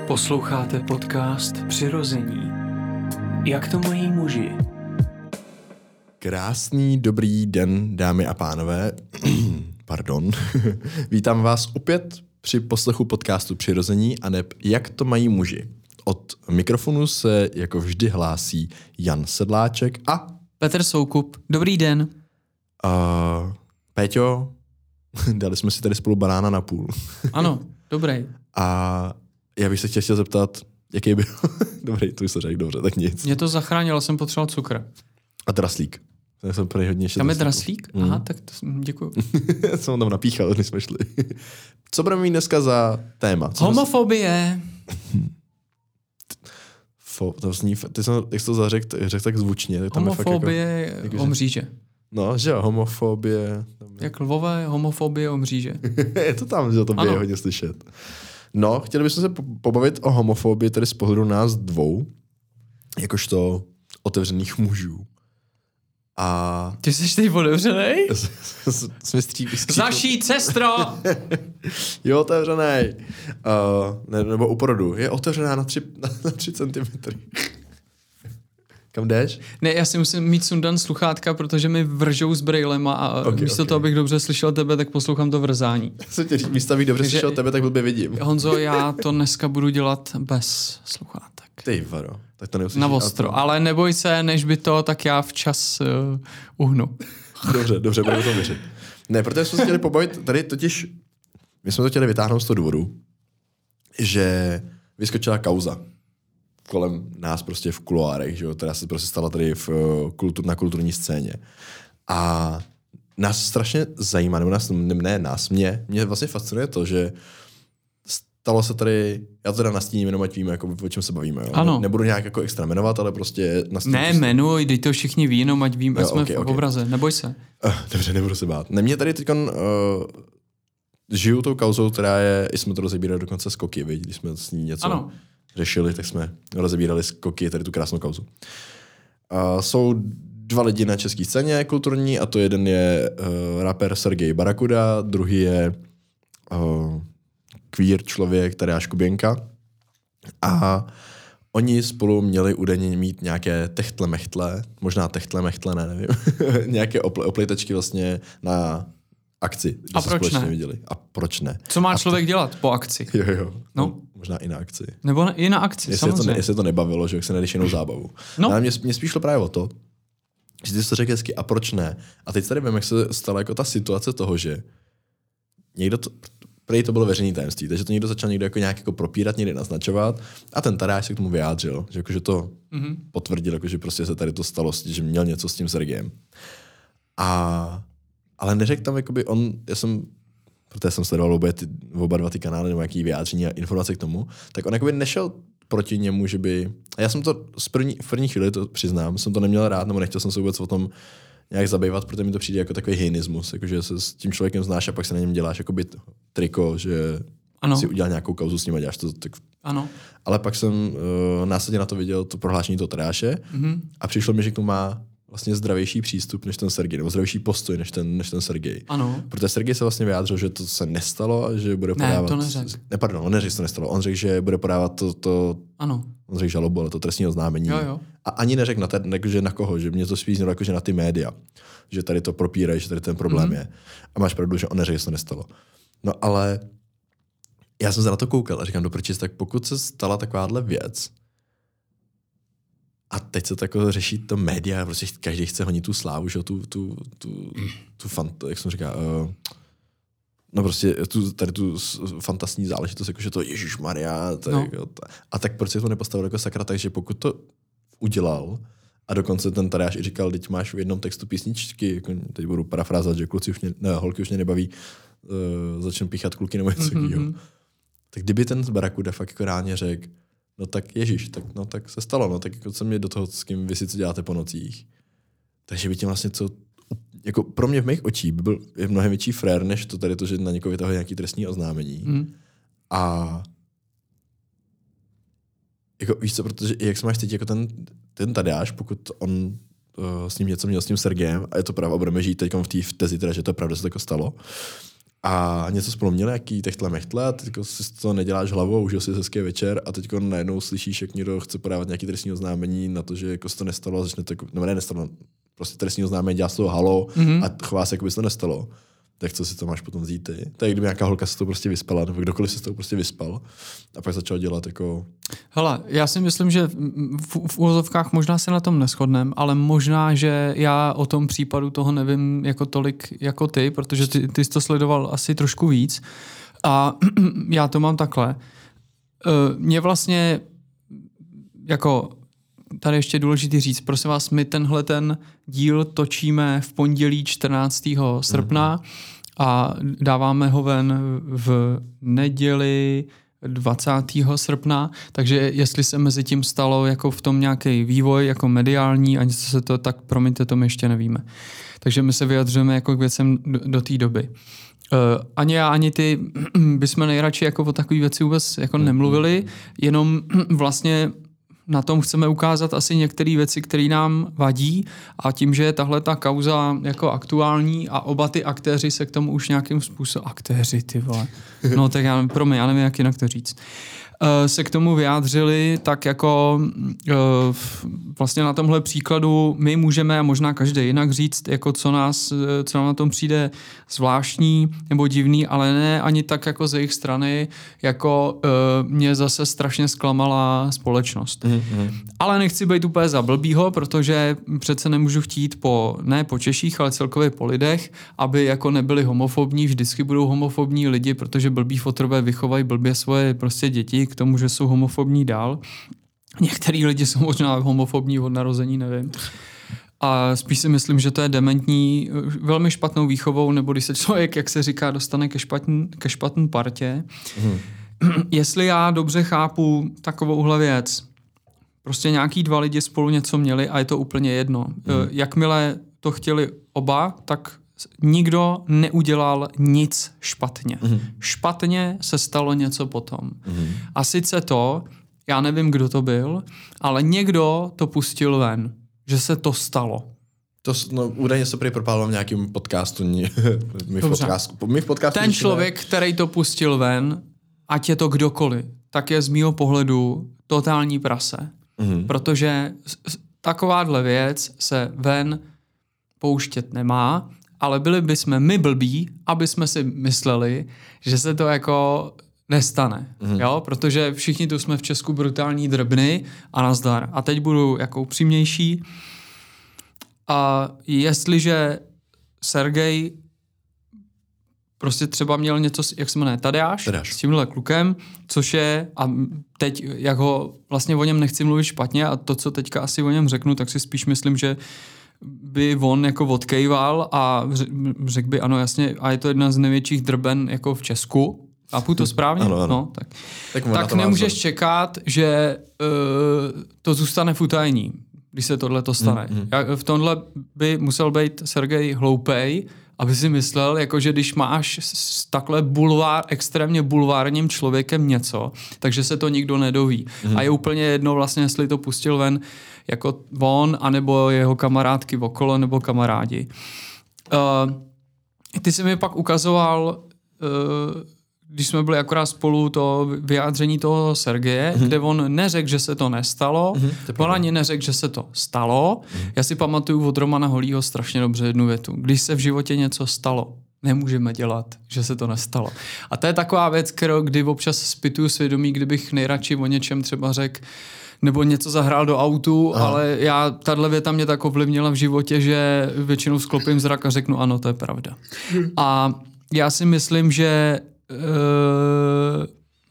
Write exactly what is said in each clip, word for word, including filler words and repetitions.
Posloucháte podcast Přirození. Jak to mají muži? Krásný dobrý den, dámy a pánové. Pardon. Vítám vás opět při poslechu podcastu Přirození a neb Jak to mají muži. Od mikrofonu se jako vždy hlásí Jan Sedláček a Petr Soukup. Dobrý den. Uh, Péťo, dali jsme si tady spolu banána na půl. Ano, dobrý. A já bych se chtěl, chtěl zeptat, jaký byl... Dobrý, to už se řekl, dobře, tak nic. Mě to zachránilo, jsem potřeboval cukr. A draslík. To jsem pro hodně Tam je draslík? Mm. Aha, tak to, děkuju. jsem tam napíchal, když jsme šli. Co budeme mít dneska za téma? Co Homofobie. Fo, to zní, ty jsem, jak jsi to zařekl, řekl tak zvučně. Tak tam homofobie je fakt jako, omříže. No, že jo, homofobie. Jak lvové, homofobie omříže. Je to tam, že to by je hodně slyšet. No, chtěli bychom se pobavit o homofobii tedy z pohledu nás dvou, jakožto otevřených mužů. A... Ty jsi teď otevřenej? Jsme stří... Zašít, sestro! Je otevřenej. Uh, ne, nebo u porodu. Je otevřená na tři, na tři centimetry. Kam jdeš? Ne, já si musím mít sundan sluchátka, protože mi vržou s brejlema a okay, místo okay. toho, abych dobře slyšel tebe, tak poslouchám to vrzání. Já jsem tě říct, místo abych dobře Takže, slyšel tebe, tak blbě vidím. Honzo, já to dneska budu dělat bez sluchátek. Ty varo, tak to neuslyšíš. Na ostro, ale neboj se, než by to, tak já včas uh, uhnu. Dobře, dobře, budu to věřit. Ne, protože jsme se chtěli pobavit, tady totiž, my jsme to chtěli vytáhnout z toho důvodu, že vyskočila kauza kolem nás prostě v kuloárech, že jo, která se prostě stala tady v, kultur, na kulturní scéně. A nás strašně zajímá, nebo nás, ne nás, mě, mě vlastně fascinuje to, že stalo se tady, já to teda nastíním, jenom ať víme, jako, o čem se bavíme. Jo? Ano. Nebudu nějak jako extra jmenovat, ale prostě... Ne, prostě... jmenuj, dej to všichni ví, jenom ať víme, jsme okay, v okay. obraze, neboj se. Uh, dobře, nebudu se bát. Ne, mě tady teď uh, žiju tou kauzou, která je, i jsme to rozebírali dokonce skoky, viď? Když jsme s ní něco ano. řešili, tak jsme rozebírali skoky, tady tu krásnou kauzu. Uh, jsou dva lidi na české scéně kulturní a to jeden je uh, rapper Sergej Barakuda, druhý je uh, queer člověk Tadeáš Kuběnka a oni spolu měli údajně mít nějaké techtle mechtle, možná techtle mechtle, ne, nevím, nějaké opl- oplejtečky vlastně na akci. A proč ne? Viděli. A proč ne? Co má a člověk to... dělat po akci? Jo, jo. No. no možná i na akci. Nebo i na akci, jestli samozřejmě. To ne, jestli to nebavilo, že se nejdeš jinou zábavu. No. Ale mě, mě spíš šlo právě o to, že ty jsi to řekl hezky, a proč ne? A teď tady vím, jak se stala jako ta situace toho, že někdo to, prej to bylo veřejný tajemství, takže to někdo začal někdo jako nějak jako propírat, někde naznačovat a ten Tadeáš se k tomu vyjádřil, že, jako, že to mm-hmm. potvrdil, jako, že prostě se tady to stalo, že měl něco s tím Sergejem. A, ale neřekl tam, jakoby on, já jsem, protože jsem sledoval oba, ty, oba dva ty kanály nebo nějaký vyjádření a informace k tomu, tak on jakoby nešel proti němu, že by... A já jsem to z první, v první chvíli, to přiznám, jsem to neměl rád, nebo nechtěl jsem se vůbec o tom nějak zabývat, protože mi to přijde jako takový hyenismus, jakože se s tím člověkem znáš a pak se na něm děláš jakoby triko, že ano. si udělal nějakou kauzu s ním a děláš to. Tak... Ano. Ale pak jsem uh, následně na to viděl to prohlášení toho Tadeáše mm-hmm. a přišlo mi, že k tomu má vlastně zdravější přístup než ten Sergej, nebo zdravější postoj než ten, než ten Sergej. Ano. Protože Sergej se vlastně vyjádřil, že to se nestalo a že bude podávat... Ne, to neřekl. Ne, pardon, on neřekl, že to nestalo. On řekl, že bude podávat to... to... Ano. On řekl žalobu, ale to trestní oznámení. Jo, jo. A ani neřekl na, ten, že na koho, že mě to spíš znělo jako, že na ty média. Že tady to propírají, že tady ten problém mm-hmm. je. A máš pravdu, že on neřekl, že to nestalo. No ale já jsem se na to koukal a říkám, doprčis, tak pokud se stala takováhle věc, a teď se to jako řeší to média, prostě každý chce honit tu slávu, že tu, tu, tu, tu fant, jak jsem říká, uh, no prostě tu, tady tu fantastní záležitost, jako že to ježišmarja, no. jako, a tak proč se to nepostavil jako sakra, takže pokud to udělal, a dokonce ten Tadeáš i říkal, teď máš v jednom textu písničky, jako teď budu parafrázovat, že kluci už mě, ne, holky už mě nebaví, uh, začnu píchat kluky nebo něco takového. Mm-hmm. Tak kdyby ten Barakuda fakt jako reálně řekl, no tak ježiš, tak, no tak se stalo, no tak jako co mě do toho, s kým vy si co děláte po nocích. Takže by tím vlastně co, jako pro mě v mých očích by byl je mnohem větší frér, než to tady to, že na někoho vytahuje nějaký trestní oznámení. Mm. A jako víš co, protože jak se máš teď jako ten, ten Tadeáš, pokud on uh, s ním něco měl s tím Sergejem, a je to pravda, budeme žít teď v té tezi, teda, že to pravda se tako stalo, a něco spolu měli, jaký techtle mechtle, a teď si to neděláš hlavou, užil si hezký večer a teď najednou slyšíš, jak někdo chce podávat nějaký trestní oznámení na to, že jako se to nestalo a začne to, nebo ne, nestalo, prostě trestní oznámení dělá z toho halo mm-hmm. a chová se, jako by se to nestalo. Tak co si to máš potom vzít ty? Tak kdyby nějaká holka se to prostě vyspala, nebo kdokoliv se to prostě vyspal a pak začal dělat jako... Hele, já si myslím, že v, v úvozovkách možná se na tom neshodneme, ale možná, že já o tom případu toho nevím jako tolik jako ty, protože ty, ty jsi to sledoval asi trošku víc a já to mám takhle. Mně vlastně jako... Tady ještě důležitý říct, prosím vás, my tenhle ten díl točíme v pondělí čtrnáctého srpna mm-hmm. a dáváme ho ven v neděli dvacátého srpna, takže jestli se mezi tím stalo jako v tom nějaký vývoj jako mediální a něco se to, tak promiňte, to my ještě nevíme. Takže my se vyjadřujeme jako k věcem do, do té doby. Uh, ani já, ani ty bychom nejradši jako o takové věci vůbec jako nemluvili, jenom vlastně na tom chceme ukázat asi některé věci, které nám vadí a tím, že je tahle ta kauza jako aktuální a oba ty aktéři se k tomu už nějakým způsobem... Aktéři, ty vole. No tak já, pro mě, já nevím, jak jinak to říct. Uh, se k tomu vyjádřili, tak jako uh, vlastně na tomhle příkladu my můžeme a možná každý jinak říct, jako co nás, co nám na tom přijde zvláštní nebo divný, ale ne ani tak jako z jejich strany, jako uh, mě zase strašně zklamala společnost. Mm-hmm. Ale nechci být úplně za blbýho, protože přece nemůžu chtít po, ne po Češích, ale celkově po lidech, aby jako nebyli homofobní, vždycky budou homofobní lidi, protože blbý fotrové vychovají blbě svoje prostě děti k tomu, že jsou homofobní dál. Některý lidi jsou možná homofobní od narození, nevím. A spíš si myslím, že to je dementní, velmi špatnou výchovou, nebo když se člověk, jak se říká, dostane ke špatný, ke špatný partě. Hmm. Jestli já dobře chápu takovouhle věc, prostě nějaký dva lidi spolu něco měli a je to úplně jedno. Hmm. Jakmile to chtěli oba, tak nikdo neudělal nic špatně. Mm. Špatně se stalo něco potom. Mm. A sice to, já nevím, kdo to byl, ale někdo to pustil ven, že se to stalo. To, no, údajně se prý propálilo v nějakém podcastu. My v podcastu, my v podcastu Ten člověk, ne... který to pustil ven, ať je to kdokoliv, tak je z mýho pohledu totální prase. Mm. Protože takováhle věc se ven pouštět nemá, ale byli bychom my blbí, aby jsme si mysleli, že se to jako nestane. Mm. Jo? Protože všichni tu jsme v Česku brutální drbny a nazdar. A teď budu jako upřímnější. A jestliže Sergej prostě třeba měl něco, jak se jmenuje, Tadeáš, Tadeáš. S tímhle klukem, což je, a teď jak ho, vlastně o něm nechci mluvit špatně a to, co teďka asi o něm řeknu, tak si spíš myslím, že by on jako odkejval a řekl by ano, jasně, a je to jedna z největších drben jako v Česku. Chápu to správně? Ano, ano. No, tak tak, tak nemůžeš názor. čekat, že uh, to zůstane v utajení, když se tohle to stane. Mm, mm. Já, v tomhle by musel být Sergej hloupej, aby si myslel, jako že když máš s takhle bulvár, extrémně bulvárním člověkem něco, takže se to nikdo nedoví. Mm. A je úplně jedno vlastně, jestli to pustil ven jako on, anebo jeho kamarádky okolo, nebo kamarádi. Uh, ty jsi mi pak ukazoval, uh, když jsme byli akorát spolu, to vyjádření toho Sergeje, mm-hmm. kde on neřekl, že se to nestalo, mm-hmm, on ani neřekl, že se to stalo. Mm-hmm. Já si pamatuju od Romana Holího strašně dobře jednu větu. Když se v životě něco stalo, nemůžeme dělat, že se to nestalo. A to je taková věc, kterou kdy občas zpytuju svědomí, kdybych nejradši o něčem třeba řekl, nebo něco zahrál do autu, Aha. ale já, tahle věta mě tak ovlivnila v životě, že většinou sklopím zrak a řeknu, ano, to je pravda. Hmm. A já si myslím, že uh,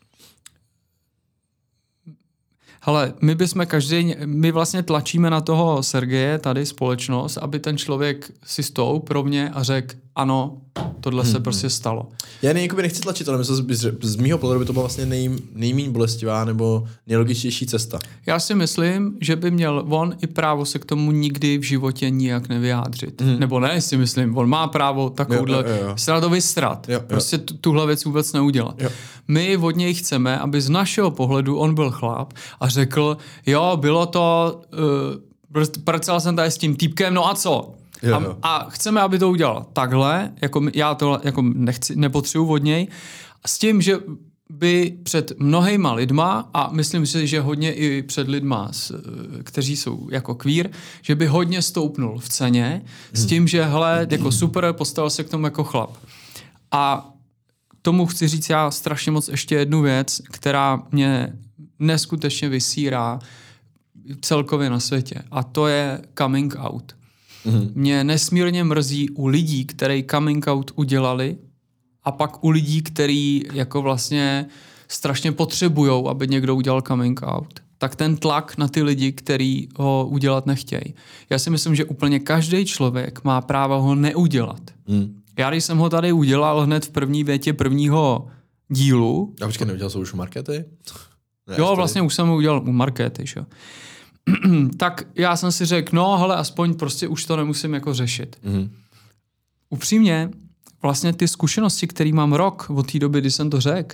hele, my bychom každý, my vlastně tlačíme na toho Sergeje, tady společnost, aby ten člověk si stoup pro mě a řekl, ano, tohle hmm, se prostě hmm. stalo. Já ne, nechci tlačit, ale myslím, z, z mýho pohledu by to byla vlastně nej, nejméně bolestivá nebo nejlogičtější cesta. Já si myslím, že by měl on i právo se k tomu nikdy v životě nijak nevyjádřit. Hmm. Nebo ne, si myslím, on má právo takovouhle, jo, jo, jo. se na to vystrat. Jo, jo. Prostě t- tuhle věc vůbec neudělat. Jo. My od něj chceme, aby z našeho pohledu on byl chlap a řekl, jo, bylo to, uh, prcel jsem tady s tím týpkem, no a co? Jo, jo. A, a chceme, aby to udělal takhle, jako já to jako nechci, nepotřebuji od něj, s tím, že by před mnohejma lidma, a myslím si, že hodně i před lidma, kteří jsou jako queer, že by hodně stoupnul v ceně hmm. s tím, že hele, jako super, postavil se k tomu jako chlap. A tomu chci říct já strašně moc ještě jednu věc, která mě neskutečně vysírá celkově na světě. A to je coming out. Mm-hmm. Mě nesmírně mrzí u lidí, který coming out udělali, a pak u lidí, který jako vlastně strašně potřebujou, aby někdo udělal coming out, tak ten tlak na ty lidi, který ho udělat nechtějí. Já si myslím, že úplně každý člověk má právo ho neudělat. Mm. Já když jsem ho tady udělal hned v první větě prvního dílu... A počkej, neudělal jsi už u Markéty? Ne, jo, vlastně už jsem ho udělal u Markéty, jo. Tak já jsem si řekl, no hele, aspoň prostě už to nemusím jako řešit. Mm. Upřímně, vlastně ty zkušenosti, které mám rok od té doby, kdy jsem to řekl,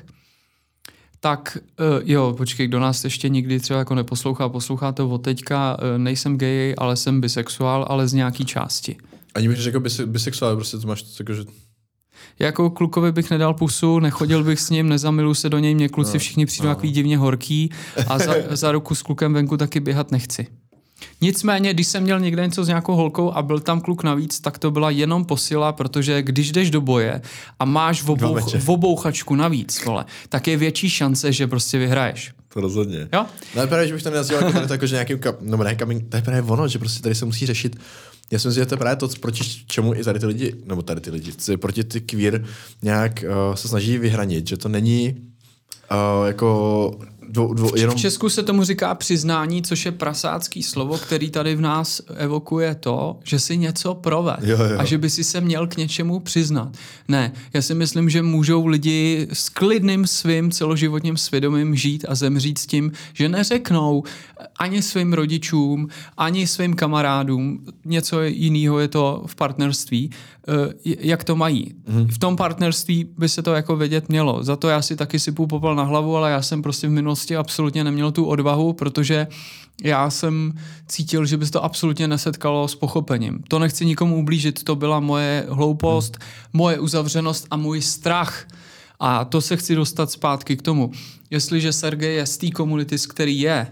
tak uh, jo, počkej, kdo nás ještě nikdy třeba jako neposlouchá, poslouchá to od teďka, uh, nejsem gay, ale jsem bisexuál, ale z nějaký části. Ani bych řekl bise- bisexuál, prostě to máš tako, že... Jako klukovi bych nedal pusu, nechodil bych s ním, nezamilu se do něj, mě kluci no, všichni přijdou no. takový divně horký a za, za ruku s klukem venku taky běhat nechci. Nicméně, když jsem měl někde něco s nějakou holkou a byl tam kluk navíc, tak to byla jenom posila, protože když jdeš do boje a máš v, obouch, v obouchačku navíc, vole, tak je větší šance, že prostě vyhraješ. To rozhodně. Jo? No právě, že bych to nenazýval jako, jako, že nějakým, no ne, coming, to je právě ono, že prostě tady se musí řešit. Já si myslím, že to je právě to, proti čemu i tady ty lidi, nebo tady ty lidi, proti ty queer nějak uh, se snaží vyhranit, že to není uh, jako dvou, dvou, jenom... V Česku se tomu říká přiznání, což je prasácký slovo, který tady v nás evokuje to, že si něco proved jo, jo. a že by si se měl k něčemu přiznat. Ne, já si myslím, že můžou lidi s klidným svým celoživotním svědomím žít a zemřít s tím, že neřeknou ani svým rodičům, ani svým kamarádům, něco jiného je to v partnerství, jak to mají. Hmm. V tom partnerství by se to jako vědět mělo. Za to já si taky sypu popel na hlavu, ale já jsem prostě v minulosti absolutně neměl tu odvahu, protože já jsem cítil, že by se to absolutně nesetkalo s pochopením. To nechci nikomu ublížit, to byla moje hloupost, hmm. moje uzavřenost a můj strach. A to se chci dostat zpátky k tomu. Jestliže Sergej je z té komunity, z který je,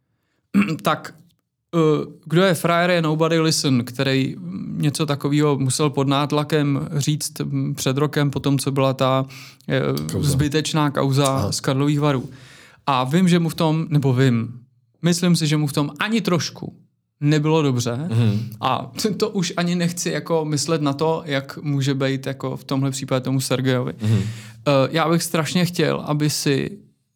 tak uh, kdo je frajer je Nobody Listen, který něco takového musel pod nátlakem říct před rokem po tom, co byla ta uh, kauza. zbytečná kauza Aha. z Karlových Varů. A vím, že mu v tom, nebo vím, myslím si, že mu v tom ani trošku nebylo dobře mm. a to už ani nechci jako myslet na to, jak může být jako v tomhle případě tomu Sergejovi. Mm. Uh, já bych strašně chtěl, aby si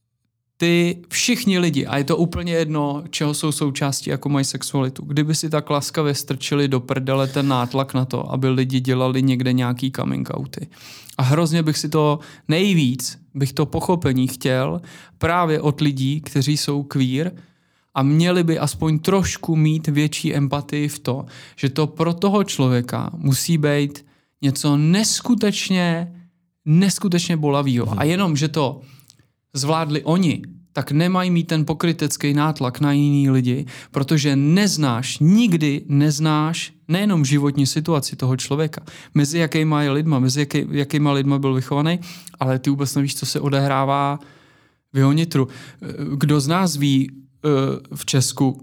ty všichni lidi, a je to úplně jedno, čeho jsou součástí, jako mají sexualitu, kdyby si tak laskavě strčili do prdele ten nátlak na to, aby lidi dělali někde nějaký coming outy. A hrozně bych si to nejvíc, bych to pochopení chtěl právě od lidí, kteří jsou queer a měli by aspoň trošku mít větší empatii v to, že to pro toho člověka musí být něco neskutečně, neskutečně bolavýho. Hmm. A jenom, že to zvládli oni, tak nemají mít ten pokrytecký nátlak na jiný lidi, protože neznáš, nikdy neznáš nejenom životní situaci toho člověka, mezi jakýma je lidma, mezi jaký, jakýma lidma byl vychovaný, ale ty vůbec nevíš, co se odehrává v jeho nitru. Kdo z nás ví v Česku,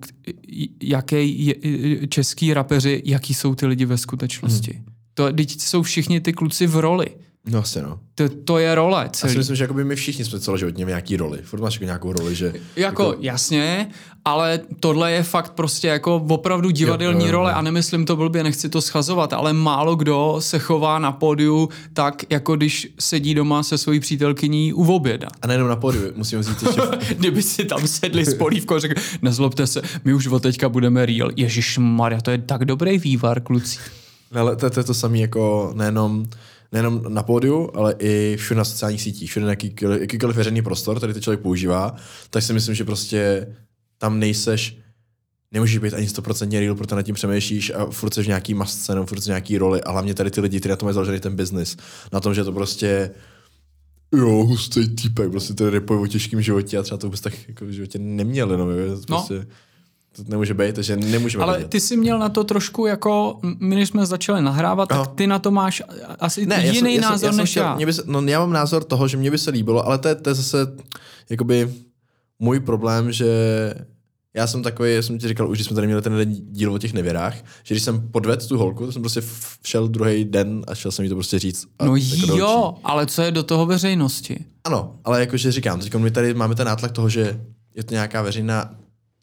jaký je, český rapeři, jaký jsou ty lidi ve skutečnosti? Hmm. To, teď jsou všichni ty kluci v roli. No asi no. To, to je role celý. Já si myslím, že jakoby my všichni jsme celoživotně v nějaký roli. Furt máš jako nějakou roli, že... Jako, jako jasně, ale tohle je fakt prostě jako opravdu divadelní jo, jo, jo. role a nemyslím to blbě, nechci to schazovat, ale málo kdo se chová na pódiu tak, jako když sedí doma se svojí přítelkyní u oběda. A nejenom na pódiu, musím říct ještě... Kdyby si tam sedli s polívkou a řekli, nezlobte se, my už od teďka budeme real. Ježišmarja, to je tak dobrý vývar, kluci. Ale to, to je to samé jako nejenom... nejenom na pódiu, ale i všude na sociálních sítích, všude na jakýkoliv, jakýkoliv veřejný prostor, který to člověk používá, tak si myslím, že prostě tam nejseš, nemůžeš být ani sto procent real, protože nad tím přemýšlíš a furt seš v nějaký masce, nebo furt seš v nějaký roli a hlavně tady ty lidi, kteří na tom je založený ten biznis, na tom, že to prostě jo, hustý týpek, prostě tady repují o těžkém životě a třeba to vůbec tak jako v životě neměli, no, prostě... to nemůže být, takže nemůžeme Ale vidět. ty jsi měl na to trošku jako, my než jsme začali nahrávat, Aha. tak ty na to máš asi ne, jiný já jsem, názor já jsem, než chtěl, já. Mě by se, no, já mám názor toho, že mě by se líbilo, ale to je, to je zase jakoby můj problém, že já jsem takový, já jsem ti říkal už, že jsme tady měli ten díl o těch nevěrách, že když jsem podvedl tu holku, to jsem prostě šel druhý den a šel jsem jí to prostě říct. A No jako jo, ale co je do toho veřejnosti? Ano, ale jakože říkám, teď my tady máme ten nátlak toho, že je to nějaká veřejná,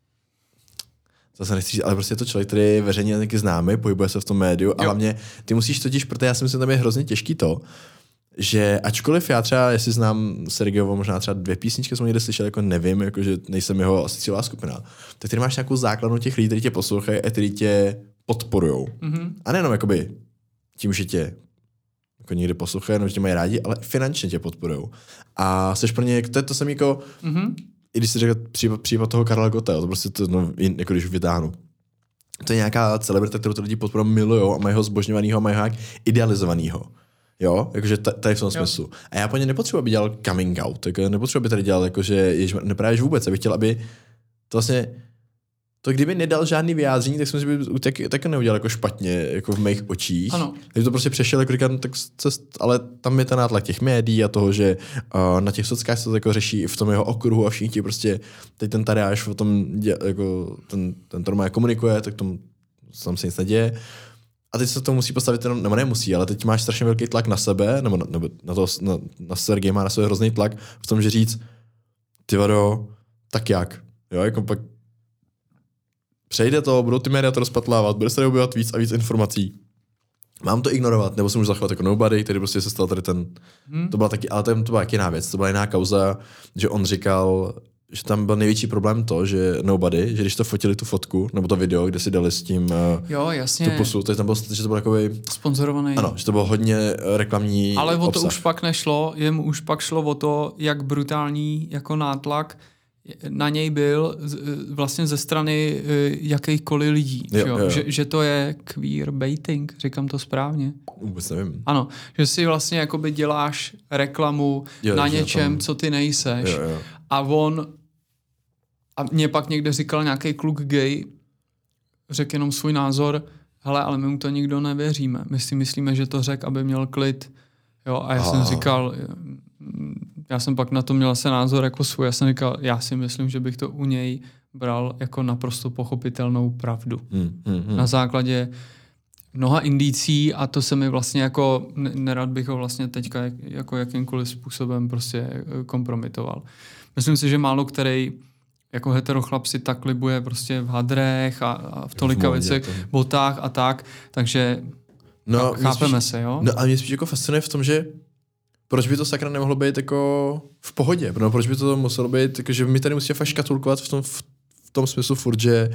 zase nechci říct, ale prostě je to člověk, který je veřejně taky známý, pohybuje se v tom médiu, ale mě, ty musíš totiž, protože já si myslím, že tam je hrozně těžký to, že ačkoliv já třeba, jestli znám Sergejovo možná třeba dvě písničky, jsem někde slyšel, jako nevím, jako že nejsem jeho asi cílová skupina, tak ty máš nějakou základnu těch lidí, kteří tě poslouchají a kteří tě podporujou. Mm-hmm. A nejenom jakoby tím, že tě jako někde poslouchají, jenom že tě mají rádi, ale finančně tě podporujou. A seš pro ně, to je to samé jako, mm-hmm. i když jsi řekl případ, případ toho Karla Gotta, to prostě to, no, jako když vytáhnu. To je nějaká celebrita, kterou to lidi podporují, milujou a mají ho zbožňovanýho a mají ho nějak idealizovanýho. Jo, jakože tady v tom smyslu. Jo. A já po ně nepotřebuji, aby dělal coming out, jako nepotřebuji, aby tady dělal, jakože ježma, neprávě vůbec, abych chtěl, aby to vlastně, to kdyby nedal žádný vyjádření, tak si myslím, že by taky, taky neudělal jako špatně, jako v mých očích. Ano. Takže to prostě přešel, jako říkám, tak cest, ale tam je ten nátlak těch médií a toho, že uh, na těch sockách se to jako řeší v tom jeho okruhu a všichni ti prostě, teď ten Tadeáš o tom, dě, jako ten, ten to normálně komunikuje, tak tom, tam se nic neděje. A teď se to musí postavit jenom, nebo nemusí, ale teď máš strašně velký tlak na sebe, nebo na, nebo na, to, na, na Sergej má na sebe hrozný tlak v tom, že říct, ty vado, tak jak? Jo, jako pak přejde to, budou ty média to rozpatlávat, bude se tady objevovat víc a víc informací. Mám to ignorovat, nebo se můžu zachovat jako nobody, který prostě se stal tady ten, hmm. to byla taky, ale to, to byla taky jiná věc, to byla jiná kauza, že on říkal, že tam byl největší problém to, že nobody, že když to fotili tu fotku, nebo to video, kde si dali s tím jo, jasně. tu pusu, to tam bylo, že to bylo takový sponzorovaný. Ano, že to bylo hodně reklamní ale o to obsah. už pak nešlo, jemu už pak šlo o to, jak brutální jako nátlak na něj byl vlastně ze strany jakýchkoliv lidí. Jo, že, jo. Že, že to je queer baiting, říkám to správně. Vůbec nevím. Ano, že si vlastně jakoby děláš reklamu jo, na něčem, tam co ty nejseš. Jo, jo. A on, a mě pak někde říkal nějaký kluk gay, řekl jenom svůj názor, hele, ale my mu to nikdo nevěříme. My si myslíme, že to řekl, aby měl klid. Jo, a já Aha. jsem říkal, já jsem pak na to měl se názor jako svůj, já jsem říkal, já si myslím, že bych to u něj bral jako naprosto pochopitelnou pravdu. Hmm, hmm, hmm. Na základě mnoha indicí a to se mi vlastně jako, nerad bych ho vlastně teďka jako jakýmkoliv způsobem prostě kompromitoval. Myslím si, že málo který jako heterochlap si tak libuje prostě v hadrech a, a v tolika věcech, botách a tak, takže no, chápeme spíš, se, jo? No a mě spíš jako fascinuje v tom, že proč by to sakra nemohlo být jako v pohodě? No, proč by to muselo být, jako, že my tady musíme fakt škatulkovat v tom, v, v tom smyslu furt, že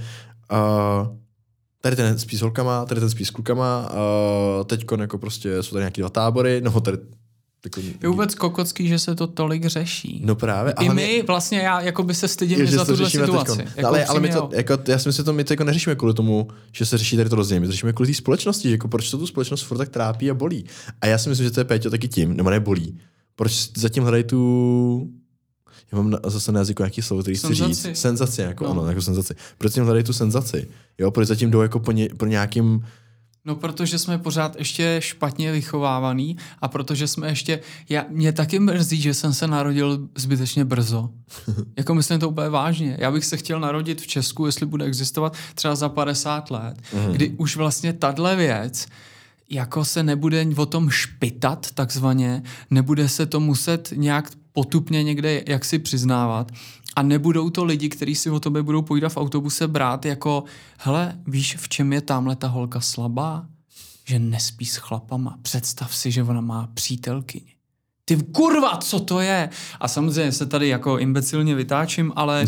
uh, tady ten spí s holkama, tady ten spí s klukama, uh, teďkon jako prostě jsou tady nějaký dva tábory, no tady jako, je vůbec kokocký, že se to tolik řeší. No právě. I my mě, vlastně, já jako by se stydím je, za tuhle situaci. Jako no, ale ale my to, jako, já si myslím, že to my to jako neřešíme kvůli tomu, že se řeší tady to rozdělení. My to řešíme kvůli té společnosti, že jako proč to tu společnost furt tak trápí a bolí. A já si myslím, že to je Péťo taky tím, nebo nebolí. Proč zatím hledají tu... Já mám na, zase na jazyku nějaký slovo, který chci říct. Senzaci. Jako, no. Ano, jako senzaci. Proč zatím hledají tu senzaci? Jo, proč zatím jdou jako po, ně, po nějakým... No, protože jsme pořád ještě špatně vychovávaný a protože jsme ještě... Já, mě taky mrzí, že jsem se narodil zbytečně brzo. Jako myslím to úplně vážně. Já bych se chtěl narodit v Česku, jestli bude existovat třeba za padesát let, mm. kdy už vlastně tahle věc jako se nebude o tom špitat takzvaně, nebude se to muset nějak potupně někde jaksi přiznávat. A nebudou to lidi, kteří si o tobě budou pojídat v autobuse brát jako hele, víš, v čem je tamhle ta holka slabá? Že nespí s chlapama. Představ si, že ona má přítelkyni. Ty kurva, co to je? A samozřejmě se tady jako imbecilně vytáčím, ale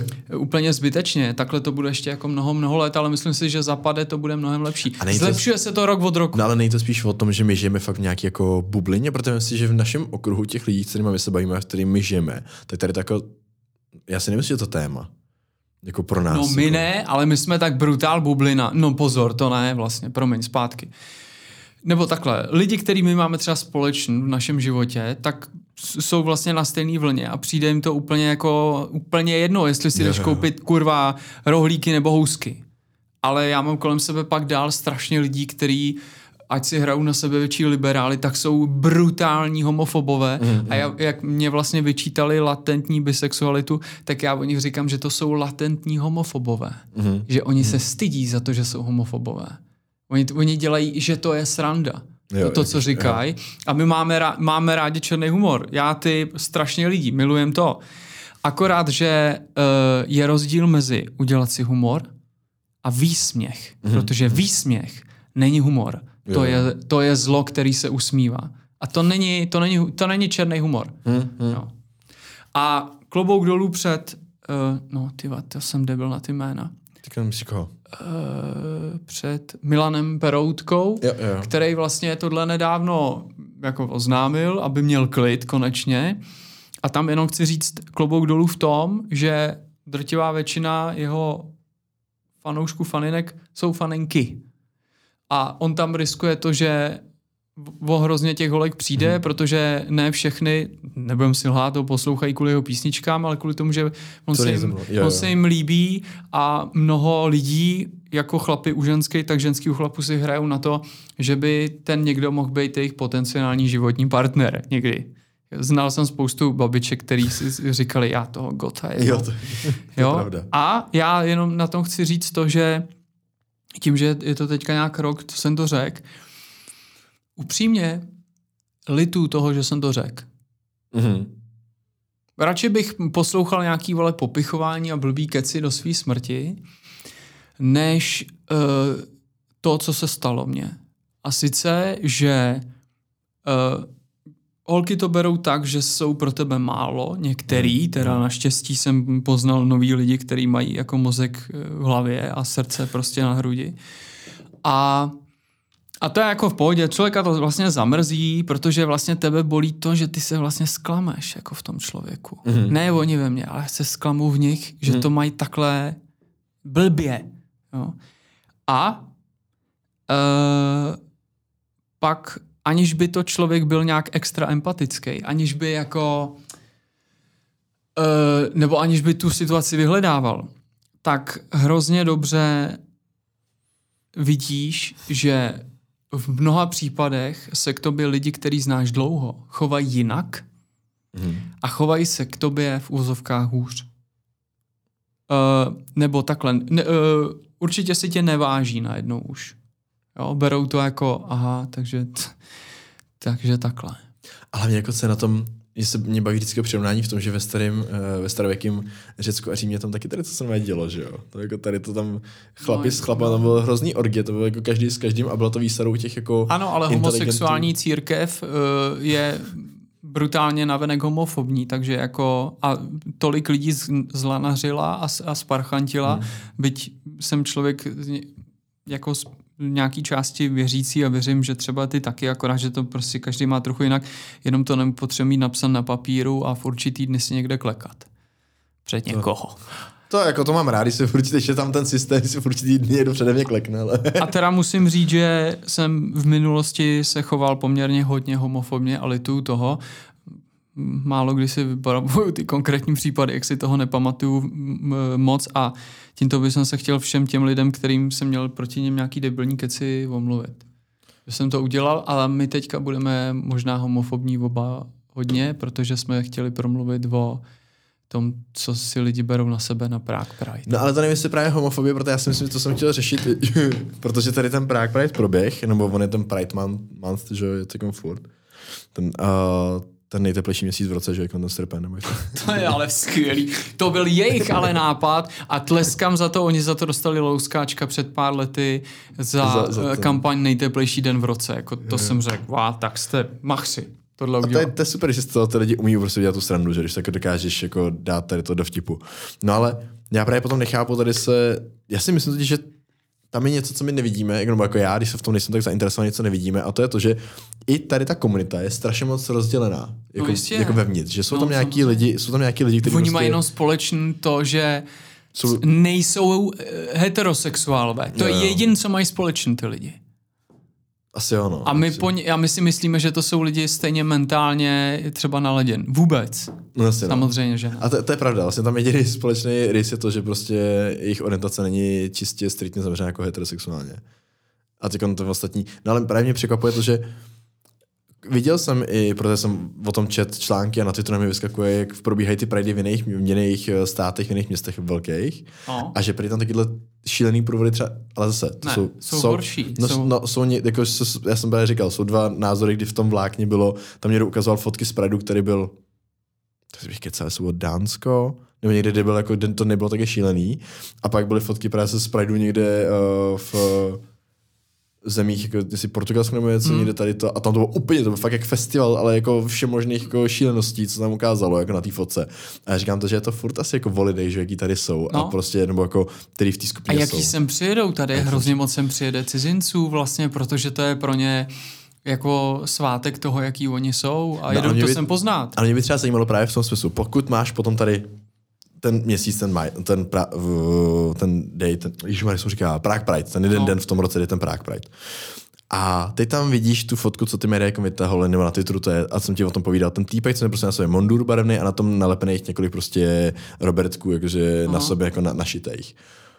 úplně zbytečně. Takhle to bude ještě jako mnoho, mnoho let, ale myslím si, že zapade to bude mnohem lepší. Zlepšuje to... se to rok od roku. No ale není to spíš o tom, že my žijeme fakt v nějaký jako bublině, protože myslím si, že v našem okruhu těch lidí, s kterými my se bavíme, v kterými my žijeme, tak tady to jako já si nemyslím, že to téma. Jako pro nás. No my jako... ne, ale my jsme tak brutál bublina. No pozor, to ne, vlastně, promiň, zpátky. Nebo takhle, lidi, který my máme třeba společný v našem životě, tak jsou vlastně na stejné vlně a přijde jim to úplně jako úplně jedno, jestli si jdeš koupit kurva rohlíky nebo housky. Ale já mám kolem sebe pak dál strašně lidí, kteří ať si hrajou na sebe větší liberály, tak jsou brutální homofobové. Mm, a já, jak mě vlastně vyčítali latentní bisexualitu, tak já o nich říkám, že to jsou latentní homofobové. Mm, že oni mm. se stydí za to, že jsou homofobové. Oni, oni dělají, že to je sranda. Jo, to, co říkají. A my máme, rá, máme rádi černý humor. Já ty strašně lidí, milujem to. Akorát, že uh, je rozdíl mezi udělat si humor a výsměch. Mm. Protože výsměch není humor. To je, to je zlo, který se usmívá. A to není, to není, to není černý humor. Hmm, hmm. No. A klobouk dolů před, uh, no tyva, to jsem debil na ty jména. Teďka myslíš koho? Uh, před Milanem Peroutkou, jo, jo. který vlastně tohle nedávno jako oznámil, aby měl klid konečně. A tam jenom chci říct klobouk dolů v tom, že drtivá většina jeho fanoušků, faninek jsou faninky. A on tam riskuje to, že o hrozně těch holek přijde, hmm. protože ne všechny, nebudem si lhát, to poslouchají kvůli jeho písničkám, ale kvůli tomu, že on, se jim, jo, jo. on se jim líbí a mnoho lidí, jako chlapy u ženský, tak ženský u chlapů si hrajou na to, že by ten někdo mohl být jejich potenciální životní partner někdy. Znal jsem spoustu babiček, který si říkali, já toho gota je. Jo, to, to je jo? pravda. A já jenom na tom chci říct to, že tím, že je to teďka nějak rok, co jsem to řekl, upřímně litu toho, že jsem to řekl. Mm-hmm. Radši bych poslouchal nějaký vole popichování a blbý keci do své smrti, než uh, to, co se stalo mně. A sice, že uh, holky to berou tak, že jsou pro tebe málo, některý, teda naštěstí jsem poznal nový lidi, kteří mají jako mozek v hlavě a srdce prostě na hrudi. A, a to je jako v pohodě, člověka to vlastně zamrzí, protože vlastně tebe bolí to, že ty se vlastně sklameš jako v tom člověku. Mm-hmm. Ne oni ve mně, ale se zklamu v nich, že mm-hmm. to mají takhle blbě. Jo. A uh, pak aniž by to člověk byl nějak extra empatický, aniž by jako uh, nebo aniž by tu situaci vyhledával, tak hrozně dobře vidíš, že v mnoha případech se k tobě lidi, který znáš dlouho, chovají jinak mm. a chovají se k tobě v úvozovkách hůř. Uh, nebo takhle. Ne, uh, určitě si tě neváží najednou už. Jo, berou to jako, aha, takže, t, takže takhle. Ale mě jako se na tom, že se mě baví vždycky o přirovnání v tom, že ve starém, ve starověkém Řecku a Římě tam taky tady to se normálně dělo, že jo. To jako tady to tam chlapi no, s chlapem, tam bylo hrozný orgie, to bylo jako každý s každým a bylo to výsadou těch jako ano, ale homosexuální církev uh, je brutálně navenek homofobní, takže jako a tolik lidí zlanařila a, a sparchantila, hmm. byť jsem člověk jako z nějaký části věřící a věřím, že třeba ty taky, akorát, že to prostě každý má trochu jinak, jenom to nepotřebuje mít napsat na papíru a v určitý dny si někde klekat. Před někoho. To, to jako to mám rád, když se v určitý, že tam ten systém si v určitý dny někdo přede mě klekne. Ale... A teda musím říct, že jsem v minulosti se choval poměrně hodně homofobně a lituju toho. Málo kdy si vybavuju ty konkrétní případy, jak si toho nepamatuju moc a tímto bych se chtěl všem těm lidem, kterým jsem měl proti něm nějaký debilní keci omluvit. Že jsem to udělal, ale my teďka budeme možná homofobní oba hodně, protože jsme chtěli promluvit o tom, co si lidi berou na sebe na Prague Pride. No ale to nevím, jestli právě homofobie, protože já si myslím, že to jsem chtěl řešit, protože tady ten Prague Pride proběh, nebo on je ten Pride month, month že je takový furt. Ten, uh, ten nejteplejší měsíc v roce, že jako ten srpen. Nebo to je ale skvělý. To byl jejich ale nápad a tleskám za to, oni za to dostali louskáčka před pár lety za, za, za kampaň nejteplejší den v roce. Jako to je. Jsem řekl, vá, tak jste machři. Tohle a to je, to je super, že z toho ty lidi umí prostě dělat tu srandu, že když tak dokážeš jako dát tady to do vtipu. No ale já právě potom nechápu tady se, já si myslím totiž, že tam je něco, co my nevidíme, jako, jako já, když se v tom nejsem tak zainteresovaný, něco nevidíme, a to je to, že i tady ta komunita je strašně moc rozdělená, jako, no jako vevnitř, že jsou no, tam nějaký lidi, jsou tam nějaký lidi, kteří oni prostě... mají jenom společný to, že jsou... nejsou heterosexuálové. To jo, je jediné, co mají společný ty lidi. Asi jo, no. A my, po ně, a my si myslíme, že to jsou lidi stejně mentálně třeba naladěn. Vůbec. No, asi, samozřejmě, no. že ne. A to, to je pravda. Vlastně tam jediný společný rys je to, že prostě jejich orientace není čistě striktně zaměřená jako heterosexuálně. A teď to ostatní. No ale právě mě překvapuje to, že viděl jsem i, protože jsem o tom čet články a na Twitteru mi vyskakuje, jak probíhají ty pridey v jiných, v jiných státech, v jiných městech velkých. No. A že prý tam takyhle šílený průvody třeba, ale zase, to ne, jsou, jsou, jsou horší. No, jsou... No, jsou jako, já jsem právě říkal, jsou dva názory, kdy v tom vlákni bylo, tam někdo ukazoval fotky z pridu, který byl, to bych kecal, jestli bylo Dánsko, nebo někde, kde byl, jako, to nebylo také šílený. A pak byly fotky právě z pridu někde uh, v zemích, jako jestli Portugalsko nebo něco, hmm. někde tady to, a tam to bylo úplně, to byl fakt jak festival, ale jako všemožných jako šíleností, co tam ukázalo, jako na té fotce. A já říkám to, že je to furt asi jako voliday, že jaký tady jsou, no. A prostě, nebo jako, který v té skupině jsou. A jaký jsou. sem přijedou tady, a hrozně moc sem přijede cizinců vlastně, protože to je pro ně jako svátek toho, jaký oni jsou a no, jedou to by, sem poznat. Ale mě by třeba zajímalo právě v tom smyslu, pokud máš potom tady ten měsíc, ten maj, ten, pra, ten day, ten, ježišmarja, jsem říká, Prague Pride, ten jeden no. den v tom roce je ten Prague Pride. A teď tam vidíš tu fotku, co ty média jako vytahovaly, nebo na Twitteru to je, a jsem ti o tom povídal, ten týpek, co je prostě na sobě mundur barevný a na tom nalepených několik prostě Robertků, jakože Aha. na sobě jako na, našitejch.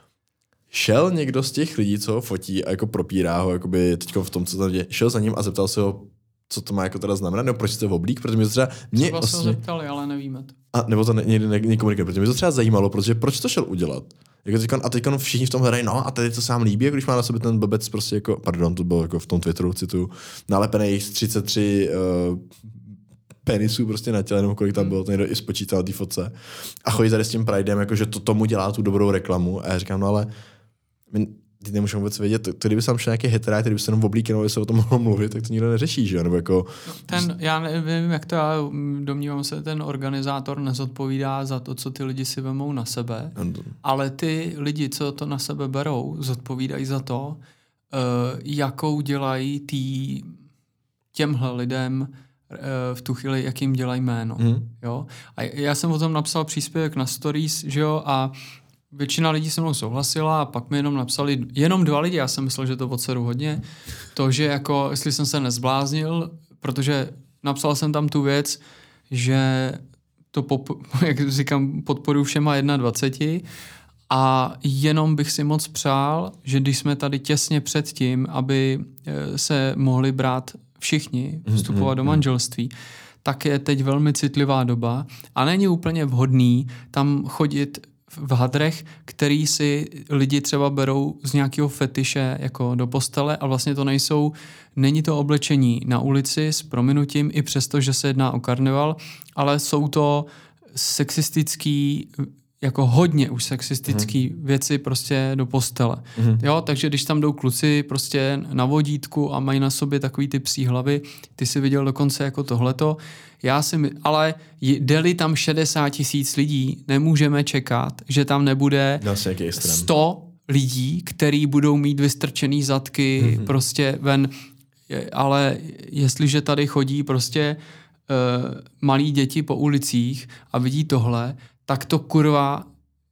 Šel někdo z těch lidí, co ho fotí a jako propírá ho, jakoby teďko v tom, co tam děje, šel za ním a zeptal se ho, co to má jako teda znamenat, nebo proč jste v oblík, protože mě to třeba... Mě třeba vlastně, se ho zeptali, ale nevíme to. A nebo to někdy ne, ne, nekomunikuje, protože mě to třeba zajímalo, protože proč to šel udělat? Jako teďkon, a teď všichni v tom hrají, no a tady to se vám líbí, jako když má na sobě ten blbec prostě jako, pardon, to bylo jako v tom Twitteru, citu, nalepených třicet tři uh, penisů prostě na těle, nebo kolik tam bylo, to někdo i spočítal na té fotce. A chodí tady s tím pridem, jako že to tomu dělá tu dobrou reklamu. A já říkám, no ale my ty nemůžeme vůbec vědět, to, to kdyby tam šel nějaký heterák, kdyby se jenom oblíkl, nebo by se o tom mohlo mluvit, tak to nikdo neřeší, že jo? Nebo jako... Ten, já nevím, jak to já domnívám se, ten organizátor nezodpovídá za to, co ty lidi si vemou na sebe, ale ty lidi, co to na sebe berou, zodpovídají za to, uh, jakou dělají tý, těmhle lidem uh, v tu chvíli, jakým dělají jméno. Mm. Jo? A já jsem o tom napsal příspěvek na stories, že jo, a většina lidí se mnou souhlasila a pak mi jenom napsali, jenom dva lidi, já jsem myslel, že to odsedu hodně, to, že jako, jestli jsem se nezbláznil, protože napsal jsem tam tu věc, že to, pop, jak říkám, podporuji všema dvacet jedna a jenom bych si moc přál, že když jsme tady těsně před tím, aby se mohli brát všichni, vstupovat do manželství, tak je teď velmi citlivá doba a není úplně vhodný tam chodit v hadrech, který si lidi třeba berou z nějakého fetiše jako do postele a vlastně to nejsou, není to oblečení na ulici s prominutím, i přesto, že se jedná o karneval, ale jsou to sexistický, jako hodně už sexistický mm. věci prostě do postele. Mm. Jo, takže když tam jdou kluci prostě na vodítku a mají na sobě takový ty psí hlavy, ty si viděl dokonce jako tohleto, já si my, ale jde-li tam šedesát tisíc lidí, nemůžeme čekat, že tam nebude sto lidí, který budou mít vystrčený zadky mm-hmm. prostě ven, ale jestliže tady chodí prostě uh, malí děti po ulicích a vidí tohle, tak to kurva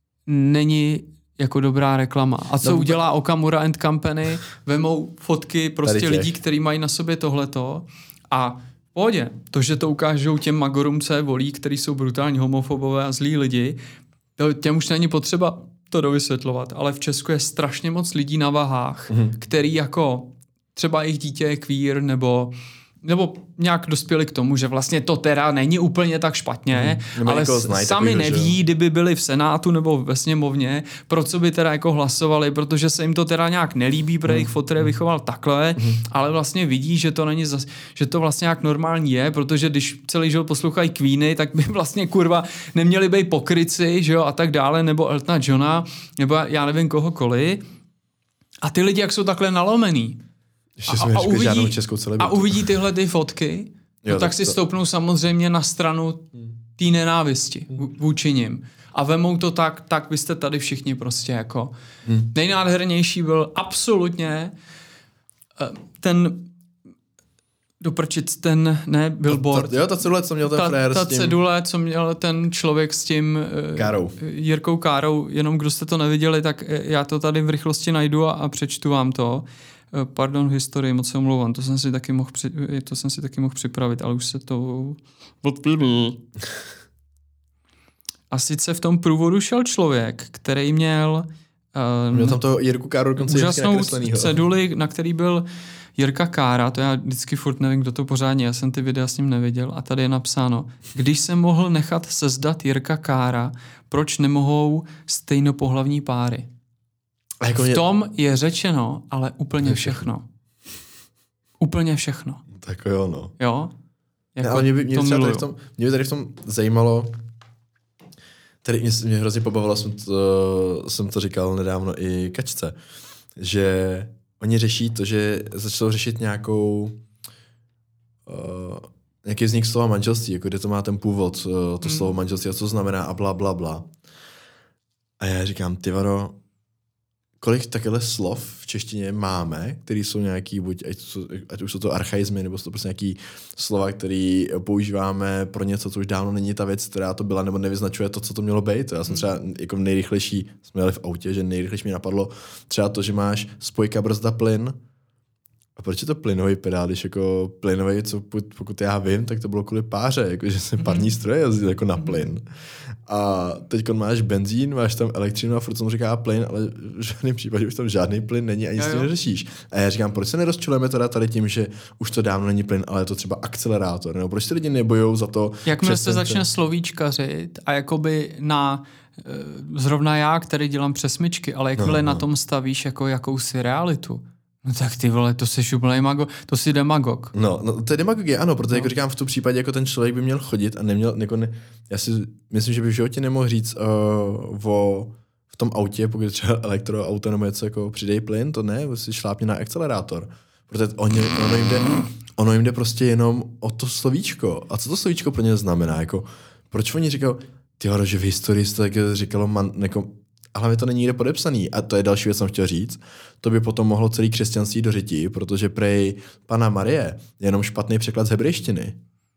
není jako dobrá reklama. A co no, udělá Okamura and Company? Vemou fotky prostě lidí, kteří mají na sobě tohleto a pohodě. To, že to ukážou těm magorům, co je volí, který jsou brutální homofobové a zlí lidi, to, těm už není potřeba to dovysvětlovat, ale v Česku je strašně moc lidí na vahách, mm. který jako třeba jejich dítě je queer, nebo nebo nějak dospěli k tomu, že vlastně to teda není úplně tak špatně, hmm. ale znaj, sami takový, neví, že... kdyby byli v Senátu nebo ve sněmovně, pro co by teda jako hlasovali, protože se jim to teda nějak nelíbí, protože hmm. jejich fotr je vychoval takhle, hmm. ale vlastně vidí, že to není zas, že to vlastně nějak normální je, protože když celý život poslouchají Queeny, tak by vlastně kurva neměli být pokryci, že jo, a tak dále, nebo Eltona Johna, nebo já nevím kohokoliv. A ty lidi, jak jsou takhle nalomený, A, a, uvidí, a uvidí tyhle ty fotky, jo, no tak, tak si to... stoupnou samozřejmě na stranu té nenávisti hmm. vůči nim. A vemou to tak, tak byste tady všichni prostě jako... Hmm. Nejnádhernější byl absolutně ten doprčit ten, ne, billboard. Ta, ta, jo, ta cedule, co měl ten ta, frér ta s tím... cedule, co měl ten člověk s tím... Károu. Jirkou Károu, jenom kdo jste to neviděli, tak já to tady v rychlosti najdu a, a přečtu vám to. Pardon, historii, moc se omlouvám, to jsem si taky mohl, při, to jsem si taky mohl připravit, ale už se to odpílí. A sice v tom průvodu šel člověk, který měl Uh, Měl tam toho Jirku Káru dokonce úžasnou ceduli, na který byl Jirka Kára, to já vždycky furt nevím, kdo to pořádně, já jsem ty videa s ním neviděl a tady je napsáno, když se mohl nechat sezdat Jirka Kára, proč nemohou stejnopohlavní páry? A jako v mě... tom je řečeno, ale úplně všechno. Úplně všechno. Tak jo, no. Jo? Jako ne, ale mě by, mě, tady v tom, mě by tady v tom zajímalo, tady mě, mě hrozně pobavilo, jsem to, jsem to říkal nedávno i Kačce, že oni řeší to, že začnou řešit nějakou uh, nějaký vznik slova manželství, jako kde to má ten původ, uh, to mm. slovo manželství a co znamená a bla, bla, bla. A já říkám, ty vado, kolik takhle slov v češtině máme, které jsou nějaký, buď, ať, ať už jsou to archaizmy, nebo jsou to prostě nějaký slova, které používáme pro něco, co už dávno není ta věc, která to byla, nebo nevyznačuje to, co to mělo být. Já jsem třeba jako nejrychlejší, jsme jeli v autě, že nejrychlejší mi napadlo třeba to, že máš spojka brzda plyn. A proč je to plynový pedál, když jako plynový, co pokud já vím, tak to bylo kvůli páře, jako, že se parní stroje jezdí jako na plyn. A teď máš benzín, máš tam elektřinu a furt tomu říká plyn, ale v žádném případě už tam žádný plyn není ani s tím neřešíš. A já říkám, proč se nerozčilujeme teda tady tím, že už to dávno není plyn, ale je to třeba akcelerátor, nebo proč ty lidi nebojou za to? Jakmile se začne slovíčkařit a jakoby na zrovna já, který dělám přesmyčky, ale jakmile no, no. na tom stavíš jako jakousi realitu, no tak ty vole, to jsi úplnej mago, to jsi demagog. No, no to je demagogie, ano, protože no. jako říkám, v tom případě jako ten člověk by měl chodit a neměl, jako ne, já si myslím, že by v životě nemohl říct uh, o, v tom autě, pokud třeba elektroauto nebo něco jako přidej plyn, to ne, si šlápně na akcelerátor. Protože oni, ono, jim jde, ono jim jde prostě jenom o to slovíčko. A co to slovíčko pro ně znamená? Jako, proč oni říkají, ty že v historii se tak říkalo man, jako, ale to není nikde podepsaný. A to je další věc, jsem chtěl říct. To by potom mohlo celý křesťanství do řiti, protože prej Panna Marie je jenom špatný překlad z hebrejštiny.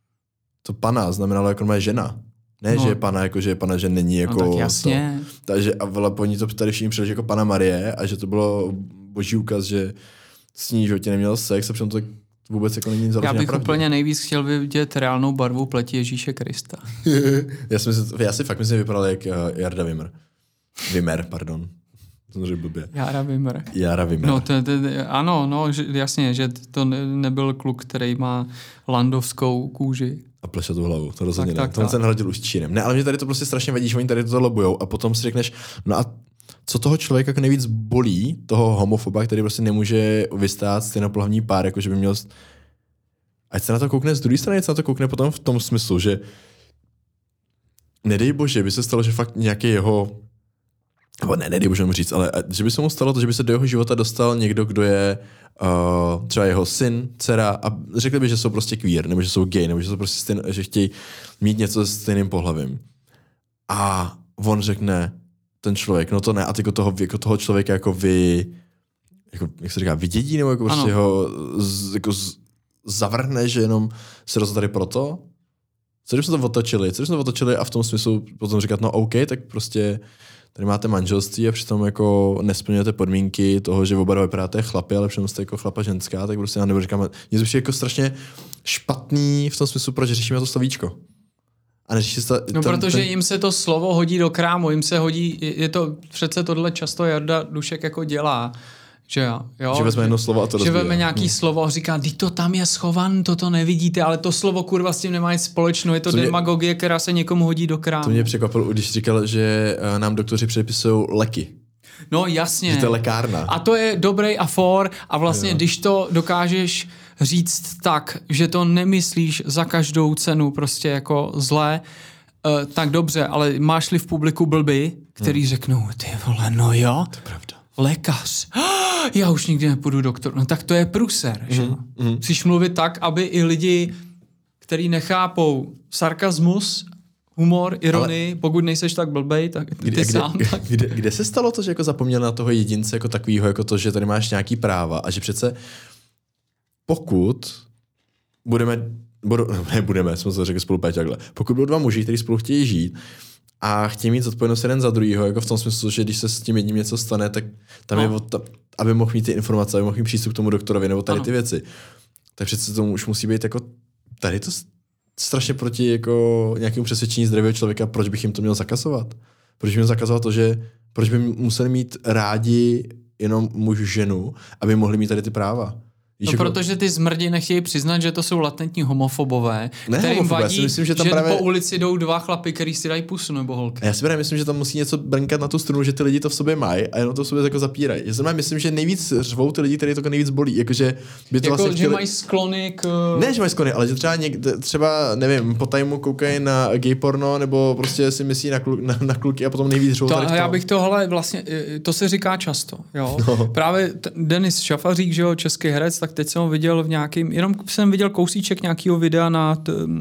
To pana znamenalo jako moje žena. Ne, no. že je pana, jako že je pana, že není jako... No tak jasně. To. Takže a vole, po ní to tady všichni přijeli jako Panna Marie a že to bylo boží úkaz, že s ní životě neměl sex a přitom to vůbec jako není založené. Já bych pravdě. Úplně nejvíc chtěl vidět reálnou barvu pleti Ježíše Krista. já, si myslím, já si fakt myslím, že vypadal jak Jarda Wimmer. Wimmer, pardon. Jsem řekl blbě. Jara Wimmer. Jara Wimmer. No, to, to, ano, no, že, jasně, že to ne, nebyl kluk, který má landovskou kůži. A plešatou hlavu, to rozhodně tak, ne. tak, to tak. se nahradil už čírem. Ne, ale mě tady to prostě strašně vadí, že oni tady to lobujou a potom si řekneš, no a co toho člověka jako nejvíc bolí, toho homofoba, který prostě nemůže vystát stejnopohlavní pár, jakože by měl... Ať se na to koukne z druhé strany, ať se na to koukne potom v tom smyslu, že nedej bože, by se stalo, že fakt nějaký jeho... Nebo ne, nedej bože mu říct, ale že by se mu stalo to, že by se do jeho života dostal někdo, kdo je uh, třeba jeho syn, dcera a řekli by, že jsou prostě queer, nebo že jsou gay, nebo že jsou prostě stejn, že chtějí mít něco s stejným pohlavím. A on řekne, ten člověk, no to ne, a ty jako toho, jako toho člověka jako vy, jako, jak se říká, vydědí, nebo jako prostě ho z, jako z, zavrhne, že jenom se rozhodl tady proto. Co když jsme to otočili? Co když jsme to otočili a v tom smyslu potom říkat, no OK, tak prostě tady máte manželství a přitom jako nesplňujete podmínky toho, že oba dva vypadáte chlapi, ale přitom jste jako chlapa ženská, tak prostě já nebo říkám, mě to jako strašně špatný v tom smyslu, proč řešíme to slovíčko. A neřeší se no, ten, protože ten... jim se to slovo hodí do krámu, jim se hodí, je to přece tohle často Jarda Dušek jako dělá. Že, jo, že vezme jedno slovo a to rozbíjá. Že vezme nějaký hmm. slovo a říká, ty to tam je schovan, to to nevidíte, ale to slovo kurva s tím nemá nic společného, je to, to demagogie, mě, která se někomu hodí do krámu. To mě překvapilo, když říkal, že nám doktoři předepisují léky. No jasně. Že to je lékárna. A to je dobrý a for a vlastně, jo. Když to dokážeš říct tak, že to nemyslíš za každou cenu prostě jako zlé, uh, tak dobře, ale máš-li v publiku blby, který hmm. řeknou, ty vole, no jo. To je pravda. Lékař. Já už nikdy nepůjdu doktor. No tak to je pruser, že? Mm, mm. Musíš mluvit tak, aby i lidi, kteří nechápou sarkazmus, humor, ironii, ale pokud nejseš tak blbej, tak ty kde, sám. Kde, tak... kde, kde se stalo to, že jako zapomněl na toho jedince jako takovýho, jako to, že tady máš nějaký práva a že přece pokud budeme, budu, ne budeme, jsme se řekli spolu Péťa, pokud budou dva muži, kteří spolu chtějí žít a chtějí mít zodpovědnost jeden za druhýho, jako v tom smyslu, že když se s tím jedním něco stane, tak tam no. je, ta, aby mohl mít ty informace, aby mohl mít přístup k tomu doktorovi, nebo tady ano. ty věci. Tak přece tomu už musí být jako, tady to strašně proti jako nějakému přesvědčení zdravého člověka, proč bych jim to měl zakazovat? Proč bych měl zakazovat to, že proč by museli mít rádi jenom muž ženu, aby mohli mít tady ty práva? Víš, no, jako... protože ty zmrdi nechtějí přiznat, že to jsou latentní homofobové, ne, kterým homofobé, vadí, myslím, že, tam že právě... po ulici jdou dva chlapy, který si dají pusu nebo holky. A já si právě myslím, že tam musí něco brnkat na tu strunu, že ty lidi to v sobě mají a jenom to v sobě jako zapírají. Já si myslím, že nejvíc řvou ty lidi, kteří to nejvíc bolí. Jakože by to jako, vlastně že chtěli... mají sklony k... Ne, že mají sklony, ale že třeba někde, třeba, nevím, po tajmu koukají na gay porno, nebo prostě si myslí na, klu, na, na kluky a potom nejvíc řvou. To, a já bych tohle vlastně, to se říká často, jo. No. Právě t- Denis Šafařík, že jo, český herec, tak teď jsem ho viděl v nějakým, jenom jsem viděl kousíček nějakého videa na t, uh,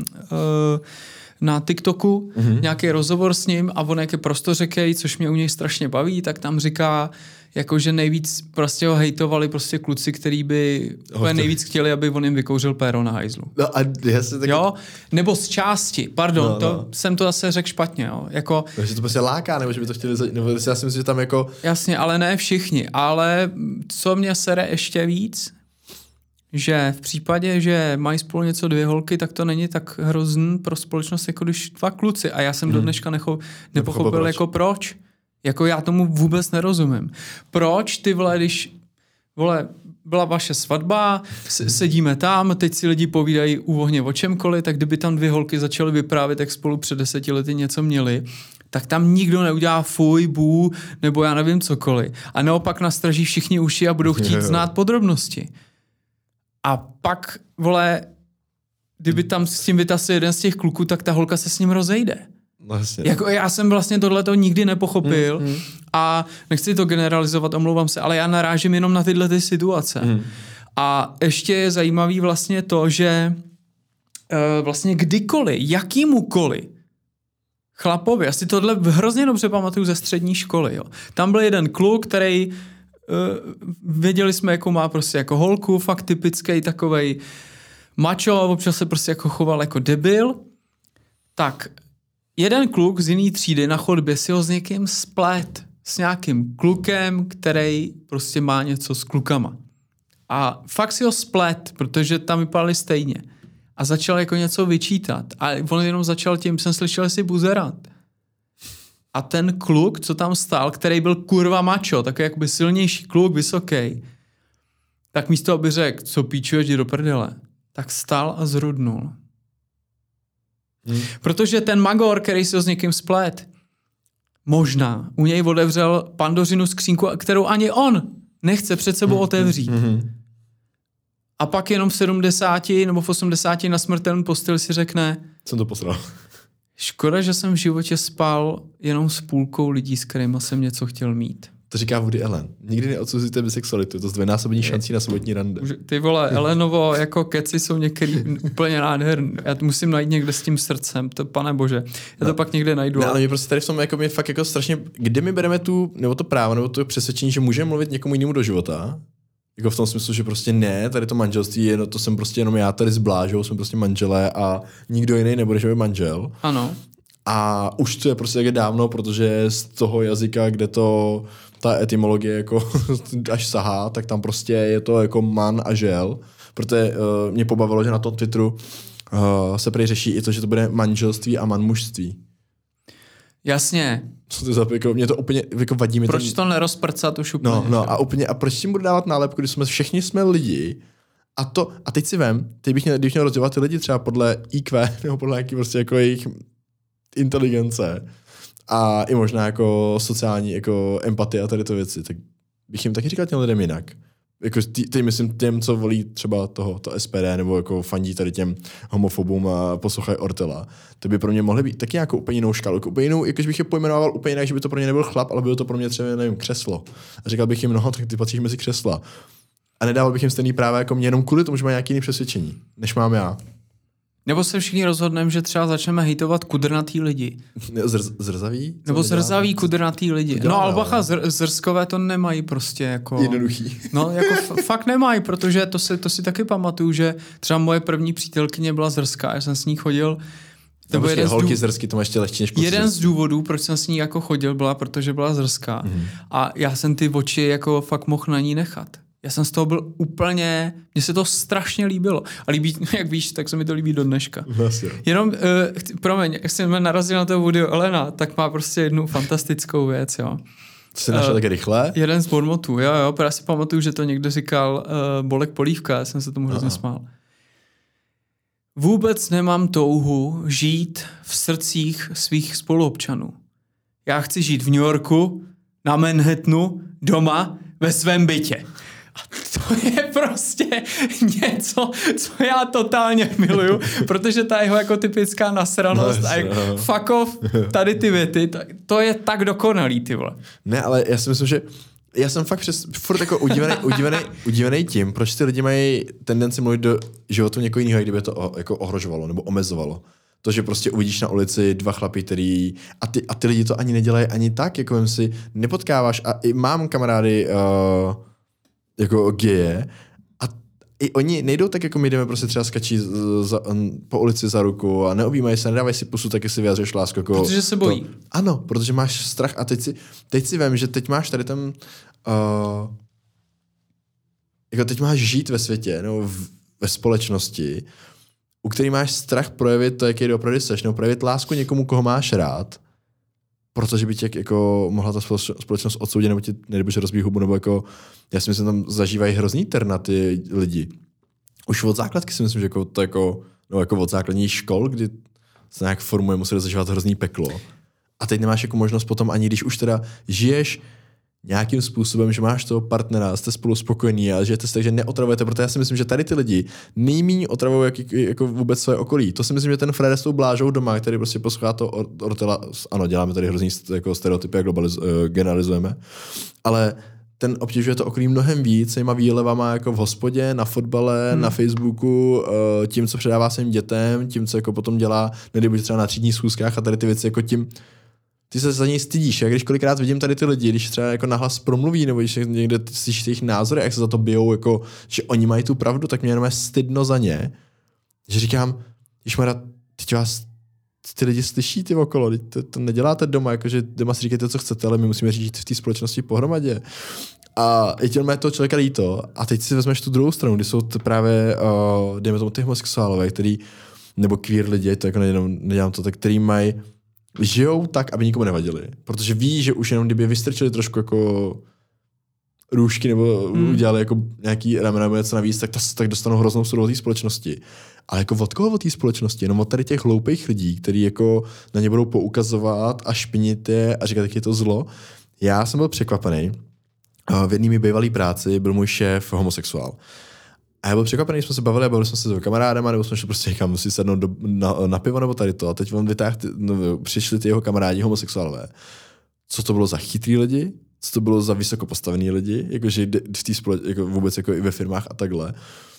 na TikToku, mm-hmm. nějaký rozhovor s ním a on jak je prostořekej, což mě u něj strašně baví, tak tam říká, jakože nejvíc prostě ho hejtovali prostě kluci, který by oh, nejvíc chtěli, aby on jim vykouřil péro na hajzlu. No a taky... Jo? Nebo z části, pardon, no, no. to jsem to zase řekl špatně, jo. Jako... Takže to prostě láká, nebo že by to chtěli, nebo já si myslím, že tam jako... Jasně, ale ne všichni, ale co mě sere ještě víc, že v případě, že mají spolu něco dvě holky, tak to není tak hrozný pro společnost, jako když dva kluci. A já jsem hmm. do dneška necho, nepochopil, proč. jako proč. Jako já tomu vůbec nerozumím. Proč ty vole, když vole, byla vaše svatba, sedíme tam, teď si lidi povídají u ohně o čemkoliv, tak kdyby tam dvě holky začaly vyprávět, jak spolu před deseti lety něco měli, tak tam nikdo neudělá fuj, bů, nebo já nevím cokoliv. A naopak nastraží všichni uši a budou chtít znát podrobnosti. A pak, vole, kdyby tam s tím vytasil jeden z těch kluků, tak ta holka se s ním rozejde. Vlastně. Jako já jsem vlastně tohleto nikdy nepochopil mm, mm. a nechci to generalizovat, omlouvám se, ale já narážím jenom na tyhle ty situace. Mm. A ještě je zajímavý vlastně to, že uh, vlastně kdykoliv, jakýmukoliv chlapovi, já si tohle hrozně dobře pamatuju ze střední školy, jo. Tam byl jeden kluk, který Uh, věděli jsme, jakou má prostě jako holku, fakt typický takovej macho, občas se prostě jako choval jako debil. Tak jeden kluk z jiný třídy na chodbě si ho s někým splet, s nějakým klukem, který prostě má něco s klukama. A fakt si ho splet, protože tam vypadali stejně. A začal jako něco vyčítat. A on jenom začal tím, jsem slyšel, jestli buzerant. A ten kluk, co tam stál, který byl kurva macho, takový jakoby silnější kluk, vysoký, tak místo, aby řekl, co píčuješ, jdi do prdele, tak stál a zrudnul. Hmm. Protože ten magor, který si ho s někým splet, možná u něj otevřel Pandořinu skřínku, kterou ani on nechce před sebou hmm. otevřít. Hmm. A pak jenom v sedmdesáti nebo v osmdesáti na smrtelný postel si řekne, jsem to posral. Škoda, že jsem v životě spal jenom s půlkou lidí, s kterýma jsem něco chtěl mít. To říká Woody Allen. Nikdy neodsuzujte bisexualitu, to zdvojnásobení šancí na sobotní rande. Ty vole, Ellenovo jako keci jsou některý úplně nádherný. Já to musím najít někde s tím srdcem, to pane bože. Já no. to pak někde najdu. Ne, ale mě prostě tady v tom jako mě fakt jako strašně, kde my bereme tu, nebo to právo, nebo to přesvědčení, že můžeme mluvit někomu jinému do života, jako v tom smyslu, že prostě ne, tady to manželství je, no to jsem prostě jenom já tady s Blážou, jsme prostě manželé a nikdo jiný nebude, že by manžel. Ano. A už to je prostě tak dávno, protože z toho jazyka, kde to ta etymologie jako až sahá, tak tam prostě je to jako man a žel. Protože uh, mě pobavilo, že na tom Twitteru uh, se prý řeší i to, že to bude manželství a manmužství. Jasně. Co to za, jako, mě to úplně jako vadí. Proč ten... to nerozprcat už úplně? No, no a úplně, a proč tím budu dávat nálepku, když jsme všichni jsme lidi a to, a teď si vem, teď bych měl, když měl rozdělovat ty lidi třeba podle í kvé, nebo podle nějaký prostě jako jejich inteligence a i možná jako sociální jako empatie a tady to věci, tak bych jim taky říkal těm lidem jinak. Jako teď myslím těm, co volí třeba toho, to es pé dé nebo jako fandí tady těm homofobům a poslouchají Ortela, to by pro mě mohly být taky nějakou úplně jinou škálu, úplně jinou, jakož bych je pojmenoval úplně jinak, že by to pro mě nebyl chlap, ale bylo to pro mě třeba, nevím, křeslo. A říkal bych jim, no, tak ty patříš mezi křesla. A nedával bych jim stejný práva jako mě jenom kvůli tomu, že má nějaký jiný přesvědčení, než mám já. Nebo se všichni rozhodneme, že třeba začneme hejtovat kudrnatý lidi. Zr- zrzaví? Co Nebo zrzaví kudrnatý lidi. Dělá, no ale bacha, zr- zrskové to nemají prostě jako... Jednoduchý. No jako f- fakt nemají, protože to si, to si taky pamatuju, že třeba moje první přítelkyně byla zrská, já jsem s ní chodil No, počkej, holky z Drsky to má ještě lehčí než kluci. Jeden z důvodů, proč jsem s ní jako chodil, byla, protože byla zrská. Mm. A já jsem ty oči jako fakt mohl na ní nechat. Já jsem z toho byl úplně, mně se to strašně líbilo. A líbí, jak víš, tak se mi to líbí do dneška. Vlastně. Jenom, uh, promiň, jak jsem narazil na to video Elena, tak má prostě jednu fantastickou věc, jo. Co jsi našel uh, tak rychle? Jeden z bonmotů, jo, jo, já si pamatuju, že to někdo říkal uh, Bolek Polívka, já jsem se tomu hrozně smál. Vůbec nemám touhu žít v srdcích svých spoluobčanů. Já chci žít v New Yorku, na Manhattanu, doma, ve svém bytě. A to je prostě něco, co já totálně miluju, protože ta jeho jako typická nasranost a jako fuck off, tady ty věty, to je tak dokonalý, ty vole. Ne, ale já si myslím, že já jsem fakt přes, furt jako udivený, udivený, udivený tím, proč ty lidi mají tendenci mluvit do životu někoho jiného, kdyby to o, jako ohrožovalo nebo omezovalo. To, že prostě uvidíš na ulici dva chlapy, který... A ty, a ty lidi to ani nedělají ani tak, jako vem si nepotkáváš. A i mám kamarády uh, jako geje a i oni nejdou tak, jako my jdeme, prostě třeba skačí za, po ulici za ruku a neobjímají se, nedávají si pusu, tak si vyjadřuješ lásku. Jako protože se bojí. To, ano, protože máš strach a teď si, teď si vem, že teď máš tady ten... Uh, jako teď máš žít ve světě, nebo v, ve společnosti, u který máš strach projevit to, jaký opravdu seš, nebo projevit lásku někomu, koho máš rád, protože by tě jako mohla ta společnost odsoudit, nebo ti nejde rozbít hubu, nebo jako, já si myslím, tam zažívají hrozný terna ty lidi. Už od základky si myslím, že jako to jako, no jako od základních škol, kdy se nějak formuje, musí zažívat hrozný peklo. A teď nemáš jako možnost potom, ani když už teda žiješ nějakým způsobem, že máš toho partnera, jste spolu spokojení a žijete si tak, že neotravujete, protože já si myslím, že tady ty lidi nejméně otravují jak, jako vůbec své okolí. To si myslím, že ten Fred s tou blážou doma, který prostě poslouchá to Ortela, ano, děláme tady hrozný jako stereotypy a globaliz, uh, generalizujeme, ale ten obtěžuje to okolí mnohem víc, těma výlevama jako v hospodě, na fotbale, hmm. na Facebooku, uh, tím, co předává svým dětem, tím, co jako potom dělá, nedej třeba na třídních schůzkách a tady ty věci jako tím. Ty se za něj stydíš. Já když kolikrát vidím tady ty lidi, když třeba jako nahlas promluví, nebo když někde slyšíš jejich názory, jak se za to bijou, jako, že oni mají tu pravdu, tak mě jenom je stydno za ně. Že říkám, když má rád, teď vás ty lidi slyší ty okolo, to, to neděláte doma, jakože doma si říkáte, co chcete, ale my musíme žít v té společnosti pohromadě. A je těm toho člověka líto. A teď si vezmeš tu druhou stranu, kdy jsou to právě, uh, dejme tomu ty homosexuálové, který, nebo queer lidi, to jako nedělám, nedělám to, tak který mají žijou tak, aby nikomu nevadili. Protože ví, že už jenom kdyby vystrčili trošku jako růžky nebo hmm. udělali jako nějaký ramena nebo něco navíc, tak, to, tak dostanou hroznou soudou té společnosti. Ale jako od koho od té společnosti? Jenom od tady těch hloupých lidí, kteří jako na ně budou poukazovat a špinit je a říkat, jak je to zlo. Já jsem byl překvapený. V jedné bývalé práci byl můj šéf homosexuál. A já byl překvapený, jsme se bavili a bavili jsme se s kamarádem, nebo jsme šli prostě někam si sednout do, na, na pivo nebo tady to. A teď on vytáhl, no, přišli ty jeho kamarádi homosexuálové. Co to bylo za chytrý lidi? Co to bylo za vysoko postavený lidi? Jakože v té spole, jako vůbec jako i ve firmách a takhle.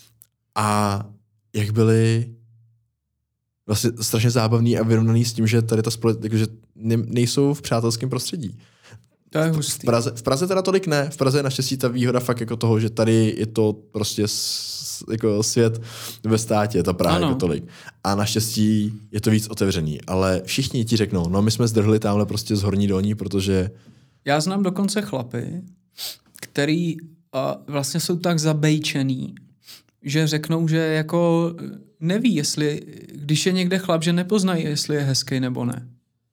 A jak byli vlastně strašně zábavný a vyrovnaný s tím, že tady ta spole, jakože ne, nejsou v přátelském prostředí. To je hustý. V Praze, v Praze teda tolik ne. V Praze je naštěstí ta výhoda fakt jako toho, že tady je to prostě s, jako svět ve státě, ta Praha jako tolik. A naštěstí je to víc otevřený. Ale všichni ti řeknou, no my jsme zdrhli tamhle prostě z horní dolní, protože... Já znám dokonce chlapy, který uh, vlastně jsou tak zabejčený, že řeknou, že jako neví, jestli, když je někde chlap, že nepoznají, jestli je hezký nebo ne.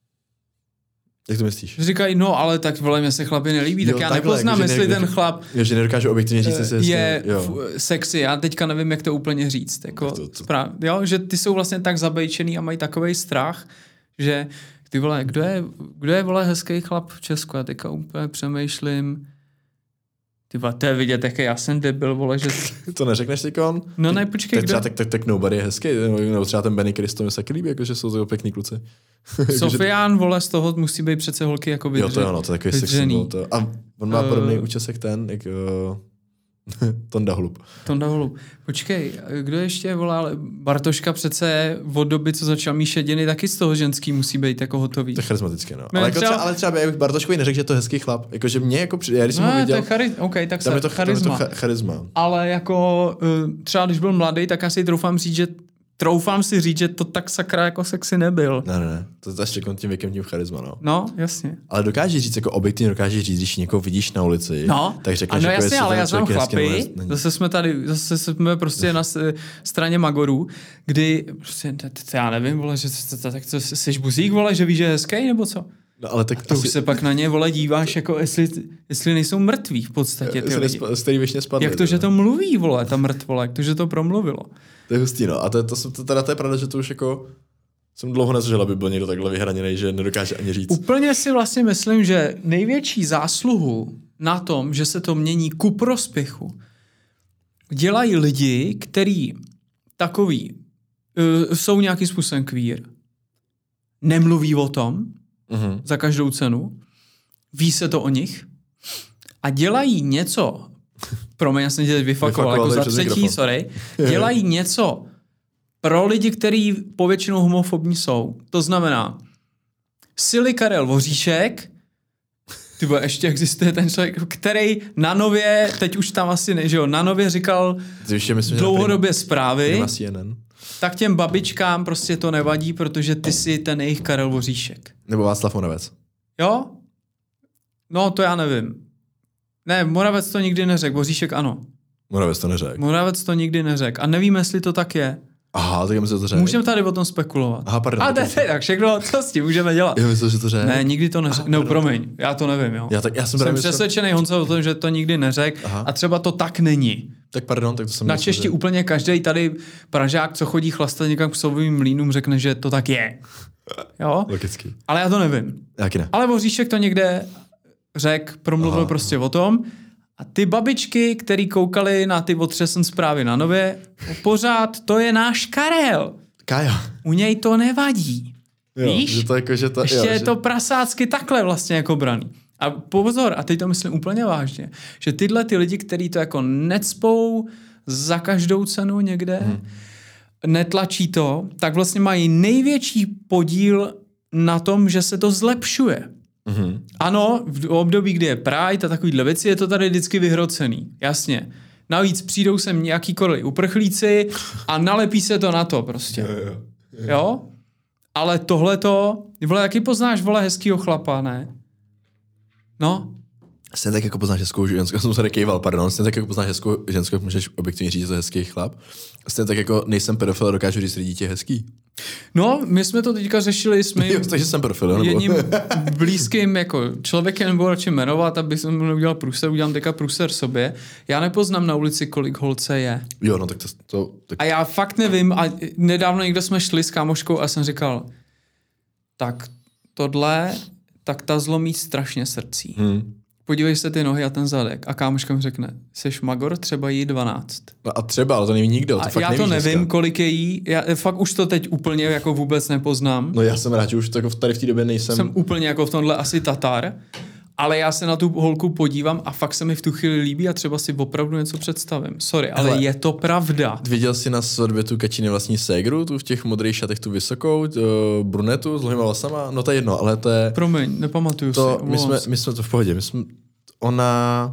Jak to myslíš? Říkají, no ale tak vole, mě se chlapi nelíbí, jo, tak já takhle, nepoznám, jako, jestli ne, ten chlap jo, že nedokážu objektivně říct, jestli je f- sexy. Já teďka nevím, jak to úplně říct. Jako, to, to... Správ, jo, že ty jsou vlastně tak zabejčený a mají takovej strach, že ty vole, kdo je, kdo je vole hezký chlap v Česku? Já teďka úplně přemýšlím. Ty vole, to je vidět, jaký já jsem debil, vole, že... To neřekneš teďkon? No ne, počkej, kdo? Tak, tak, tak nobody je hezký, nebo třeba ten Benny Cristo mi se taky líbí, jakože jsou to pěkný kluci. Sofián, vole, z toho musí být přece holky jako vydřený. Jo, to je ono, to je takový sexy. To. A on má uh, podobný účesek ten, jak uh, Tonda Holub. Tonda Holub. Počkej, kdo ještě volá? Bartoška přece od doby, co začal mít šediny, taky z toho ženský musí být jako hotový. To je charismatické, no. Ale, jako třeba, ale třeba bych Bartoškovi neřekl, že je to hezký chlap. Jakože mě jako, já když jsem no, ho viděl... To je chari- OK, tak se, to, charisma. Tam je to charisma. Ale jako třeba když byl mladý, tak asi troufám říct, že troufám si říct, že to tak sakra jako sexy nebyl. Ne, ne, ne. To je ještě tím věkem tím charisma, no. No, jasně. Ale dokážeš říct, jako objektivně dokážeš říct, když někoho vidíš na ulici, no, tak řekneš, no jako, jasně, ale já znám chlapy, ne, zase jsme tady, zase jsme prostě na straně magorů, kdy, prostě, já nevím, vole, že tak to jsi buzík, vole, že víš, že je hezký, nebo co? No, ale tak to asi... už se pak na ně, vole, díváš, jako jestli, jestli nejsou mrtví v podstatě ty lidi. Spadli, jak to, že to mluví, vole, ta mrtvola, jak to, že to promluvilo. To je hustý, no. A to, to, to, to, teda to je pravda, že to už jako jsem dlouho nezažil, aby byl někdo takhle vyhraněný, že nedokáže ani říct. Úplně si vlastně myslím, že největší zásluhu na tom, že se to mění ku prospěchu, dělají lidi, kteří takový uh, jsou nějakým způsobem queer, nemluví o tom, mm-hmm. za každou cenu, ví se to o nich a dělají něco, promiň, já jsem tě teď vyfakoval, jako za třetí, mikrofon. sorry, dělají něco pro lidi, kteří povětšinou homofobní jsou. To znamená, Sily Karel Voříšek, ty bo, ještě existuje ten člověk, který na Nově, teď už tam asi ne, že jo, na Nově říkal myslím, dlouhodobě zprávy, tak těm babičkám prostě to nevadí, protože ty jsi ten jejich Karel Voříšek. Nebo Václav Moravec. Jo? No, to já nevím. Ne, Moravec to nikdy neřekl, Voříšek ano. Moravec to neřekl. Moravec to nikdy neřekl. A nevím, jestli to tak je. Aha, tak já myslím, že to řekl. Můžeme tady o tom spekulovat. Aha, pardon. A ne, tak všechno, co s tím můžeme dělat? Já myslím, že to řekl. Ne, nikdy to neřekl. No, promiň, já to nevím, jo. Já, tak, já jsem jsem myslel... přesvědčený, Honzo, o tom, že to nikdy neřekl. A třeba to tak není. Tak pardon, tak to jsem Na myslel, češti že... úplně každý tady Pražák, co chodí chlastat někam k sovým mlýnům, řekne, že to tak je. Jo? Logicky. Ale já to nevím. Taky ne. Ale Voříšek to někde řekl, promluvil aha, prostě aha. o tom. A ty babičky, který koukali na ty otřesen zprávy na Nově, pořád to je náš Karel. Kája. U něj to nevadí. Jo, víš? Že to jako, že to, ještě jo, je že... to prasácky takhle vlastně jako braný. A pozor, a teď to myslím úplně vážně, že tyhle ty lidi, kteří to jako necpou za každou cenu někde, hmm. netlačí to, tak vlastně mají největší podíl na tom, že se to zlepšuje. Mm-hmm. Ano, v období, kdy je Pride a takovýhle věci, je to tady vždycky vyhrocený. Jasně. Navíc přijdou sem nějakýkoliv uprchlíci a nalepí se to na to prostě. Jo? jo, jo. jo? Ale tohleto, vole, jaký poznáš, vole, hezkýho chlapa, ne? No? Stejně tak jako poznáš hezkou ženskou, jsem se nekejval, pardon, stejně tak jako poznáš hezkou ženskou, můžeš objektivně říct, že to je hezký chlap. Stejně tak jako nejsem pedofil a dokážu říct, že dítě je hezký. No, my jsme to teďka řešili s mým takže jsem pedofil, nebo? jedním blízkým jako člověkem, nebo radši jmenovat, aby jsem neudělal průser, udělám teďka průser sobě. Já nepoznám na ulici, kolik holce je. Jo, no tak to... to tak... A já fakt nevím, a nedávno někde jsme šli s kámoškou a jsem říkal, tak tohle, tak ta zlomí strašně srdcí. Hmm. Podívej se ty nohy a ten zadek. A kámoška mi řekne, seš magor, třeba jí dvanáct. No a třeba, ale to neví nikdo. To a fakt já to nevím, dneska. kolik je jí. Já fakt už to teď úplně jako vůbec nepoznám. No já jsem rád, že už jako tady v té době nejsem. Jsem úplně jako v tomhle asi Tatar. Ale já se na tu holku podívám a fakt se mi v tu chvíli líbí a třeba si opravdu něco představím. Sorry, ale Hele, je to pravda. Viděl jsi na svatbě tu Kačiny vlastní ségru, tu v těch modrých šatech, tu vysokou, tu, brunetu s dlouhýma vlasama? No to je jedno, ale to je... Promiň, nepamatuju to, si. My jsme, my jsme to v pohodě. My jsme, ona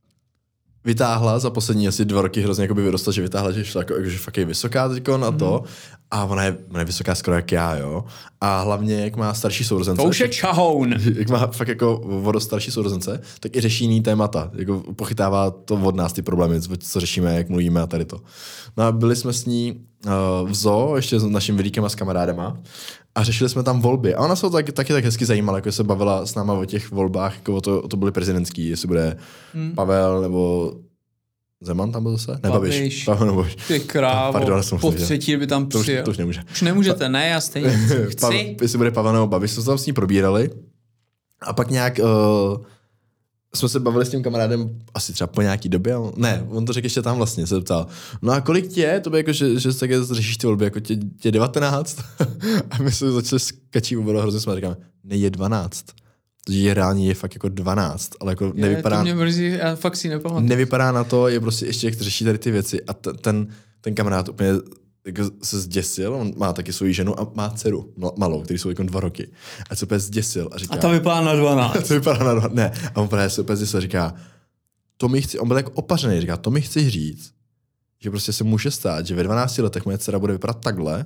vytáhla za poslední asi dva roky hrozně jakoby vyrostla, že vytáhla, že, šla, jako, že fakt je vysoká teďko na to. Mm. A ona je, ona je vysoká skoro jak já, jo. A hlavně, jak má starší sourozence. To už je čahoun. Jak má fakt jako vodo starší sourozence, tak i řeší jiný témata. Jako pochytává to od nás ty problémy, co řešíme, jak mluvíme a tady to. No a byli jsme s ní uh, v zoo, ještě s naším Vilíkem a s kamarádema. A řešili jsme tam volby. A ona se to taky, taky tak hezky zajímala, jako se bavila s náma o těch volbách, jako o to, o to byly prezidentský, jestli bude hmm. Pavel nebo Zeman tam byl zase? Ne, Babiš. Pavel nebo Babiš. Ty krávo, Pardon, po třetí by tam přijel. To už, to už nemůže. Už nemůžete, pa- ne, já stejně chci. Pa- jestli bude Pavel nebo Babiš, jsme se tam s ní probírali. A pak nějak uh, jsme se bavili s tím kamarádem asi třeba po nějaký době. Ne, on to řekl ještě tam vlastně, se ptal. No a kolik tě je? To by jako, že, že tak řešíš ty volby, jako tě, tě devatenáct? A my jsme začali skačí u hrozně jsme říkáme, ne, je dvanáct. Takže je reálně je fakt jako dvanáct, ale jako je, nevypadá... To mě mrzí, já fakt si nepamatuji. Nevypadá na to, je prostě ještě, jak řeší tady ty věci a t- ten, ten kamarád úplně jako se zděsil, on má taky svou ženu a má dceru malou, který jsou jako dva roky. A se úplně zděsil a říká... A to vypadá na dvanáct. To vypadá na dvanáct, ne. A on právě se úplně zděsil a říká, to mi chci, on byl jako opařený, říká, to mi chci říct, že prostě se může stát, že ve dvanácti letech moje dcera bude vypadat takhle,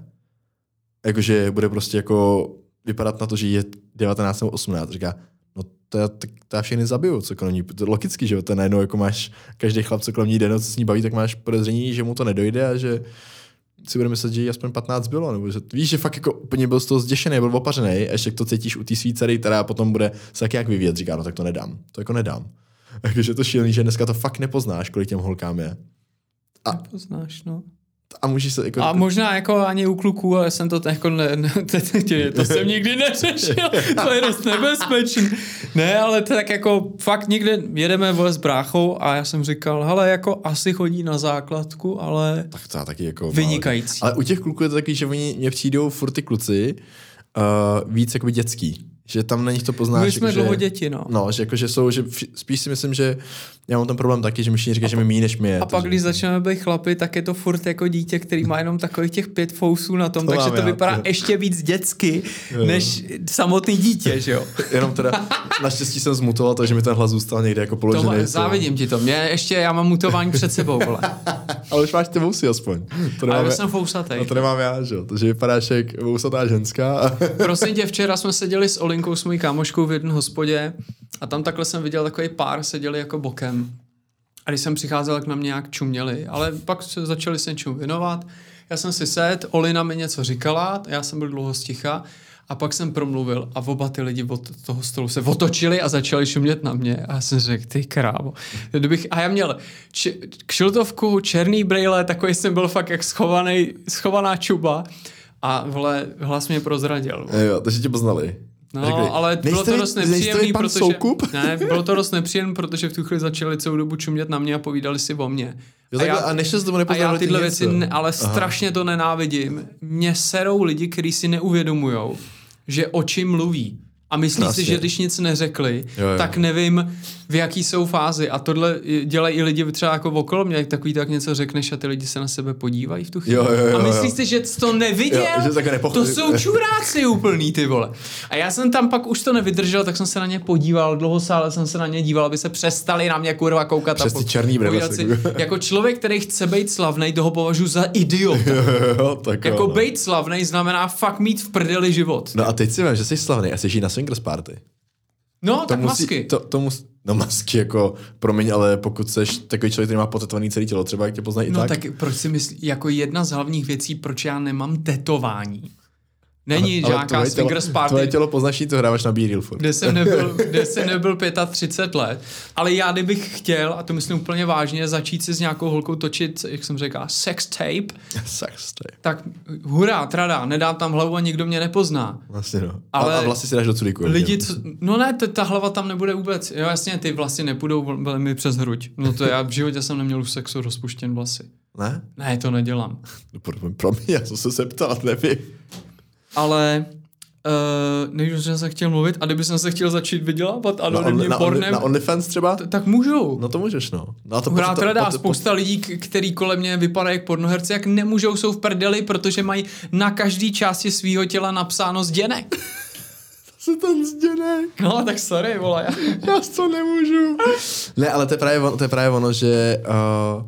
jakože bude prostě jako vypadat na to, že je devatenáct nebo osmnáct. Říká, no to já, to já všechny zabiju, co kolem ní. To je logicky, že jo, to najednou jako máš, každý chlap, co kolem ní jde, no, co s ní baví, tak máš podezření, že mu to nedojde a že si bude myslet, že jí aspoň patnáct bylo, nebo že víš, že fakt jako úplně byl z toho zděšený, byl opařený a ještě to cítíš u té svý dcery, která potom bude se jak vyvíjet, říká, no tak to nedám, to jako nedám. Takže to šílený, že dneska to fakt nepoznáš, kolik těm holkám je. A nepoznáš, no. A můžeš se jako... A možná jako ani u kluků, ale jsem to jako ne, ne, to jsem nikdy neřešil, to je dost nebezpečný. Ne, ale to tak jako fakt někde jedeme vole s bráchou a já jsem říkal, hele, jako asi chodí na základku, ale tak to taky jako vynikající. Ale u těch kluků je to taky, že oni mě přijdou furt ty kluci uh, víc jakoby dětský. Že tam na nich to poznáš. My jsme jako, dlouho že, děti, no. No, že, jako, že jsou, že spíš si myslím, že já mám ten problém taky, že mi všichni říkají, že mi míň než mě. A pak, že... když začneme být chlapi, tak je to furt jako dítě, který má jenom takových těch pět fousů na tom, to takže to já, vypadá to... ještě víc dětsky, jo. než samotný dítě, že jo? Jenom teda, naštěstí jsem zmutoval, takže mi ten hlas zůstal někde jako položený. To, závidím ti to, mě ještě, já mám mutování před sebou, vole. Ale už máš ty vousy aspoň. To nemáme, ale jsem fousatej. No to nemám já, že jo? Takže vypadáš jak vousatá ženská. Prosím tě, včera jsme seděli s Olinkou, s mojí kámoškou v jedné hospodě a tam takhle jsem viděl takový pár, seděli jako bokem. A když jsem přicházel, tak na mě nějak čuměli, ale pak se začali se něčemu věnovat. Já jsem si sedl, Olina mi něco říkala, já jsem byl dlouho sticha a pak jsem promluvil a oba ty lidi od toho stolu se otočili a začali šumět na mě a já jsem řekl, ty krávo. Kdybych, a já měl č- kšiltovku, černý brejle, takový jsem byl fakt jak schovaný, schovaná čuba a vole, hlas mě prozradil. Jo, takže tě poznali. No, řekli, ale bylo to dost nepříjemný, protože... Ne, bylo to dost nepříjemný, protože v tu chvíli začali celou dobu čumět na mě a povídali si o mě. Jo, a, já, a, než tomu a já tyhle věci, ne, ale Aha. strašně to nenávidím. Mě serou lidi, kteří si neuvědomujou, že o čím mluví. A myslí Krásně. si, že když nic neřekli, jo, jo. tak nevím, v jaký jsou fázi. A tohle dělají i lidi třeba jako okolo mě, jak takový tak něco řekneš a ty lidi se na sebe podívají v tu chvíli. Jo, jo, jo, a myslíš si, že jsi to neviděl? Jo, že to jsou čuráci úplný, ty vole. A já jsem tam pak už to nevydržel, tak jsem se na ně podíval, dlouho sále jsem se na ně díval, aby se přestali na mě kurva koukat. Přes ty černý brýle. Jako člověk, který chce být slavnej, toho považuji za idiota. Jo, jo, tak jako jo, no. být slavnej znamená fakt mít v prdeli život. No a teď si vím, že jsi slavnej a jsi na swingers party. No, to tak musí, masky. To, to mus, no masky jako, promiň, ale pokud seš takový člověk, který má potetovaný celý tělo, třeba jak tě poznají no, i tak. No tak proč si myslí, jako jedna z hlavních věcí, proč já nemám tetování. Není ale, žádná swingers party. Tvoje tělo poznačí, to hráváš na BeReal furt. Kde jsem nebyl, kde jsem nebyl třicet pět let. Ale já kdybych chtěl, a to myslím úplně vážně, začít si s nějakou holkou točit, jak jsem řekl, sex tape. Sex tape. Tak hurá, trada, nedám tam hlavu a nikdo mě nepozná. Vlastně no. Ale a vlasy si dáš do culíku. Lidi, co, no ne, t- ta hlava tam nebude vůbec. Jo, jasně, ty vlasy nepůjdou mi přes hruď. No to já v životě jsem neměl už sexu rozpuštěn vlasy. Ne? Ne, to nedělám. No, pro, pro mě, já jsem se zeptal, nevím. Ale uh, nevíš, že jsem se chtěl mluvit a kdyby jsem se chtěl začít vydělávat anonymním na, pornem. Na OnlyFans třeba? T- tak můžou. No to můžeš, no. no to Hrát rada, to, to, spousta lidí, k- který kolem mě vypadají jak pornoherci, jak nemůžou, jsou v prdeli, protože mají na každý části svýho těla napsáno zděnek. To ten zděnek. No, tak sorry, vole. Já, já to nemůžu. Ne, ale to je právě ono, to je právě ono že uh,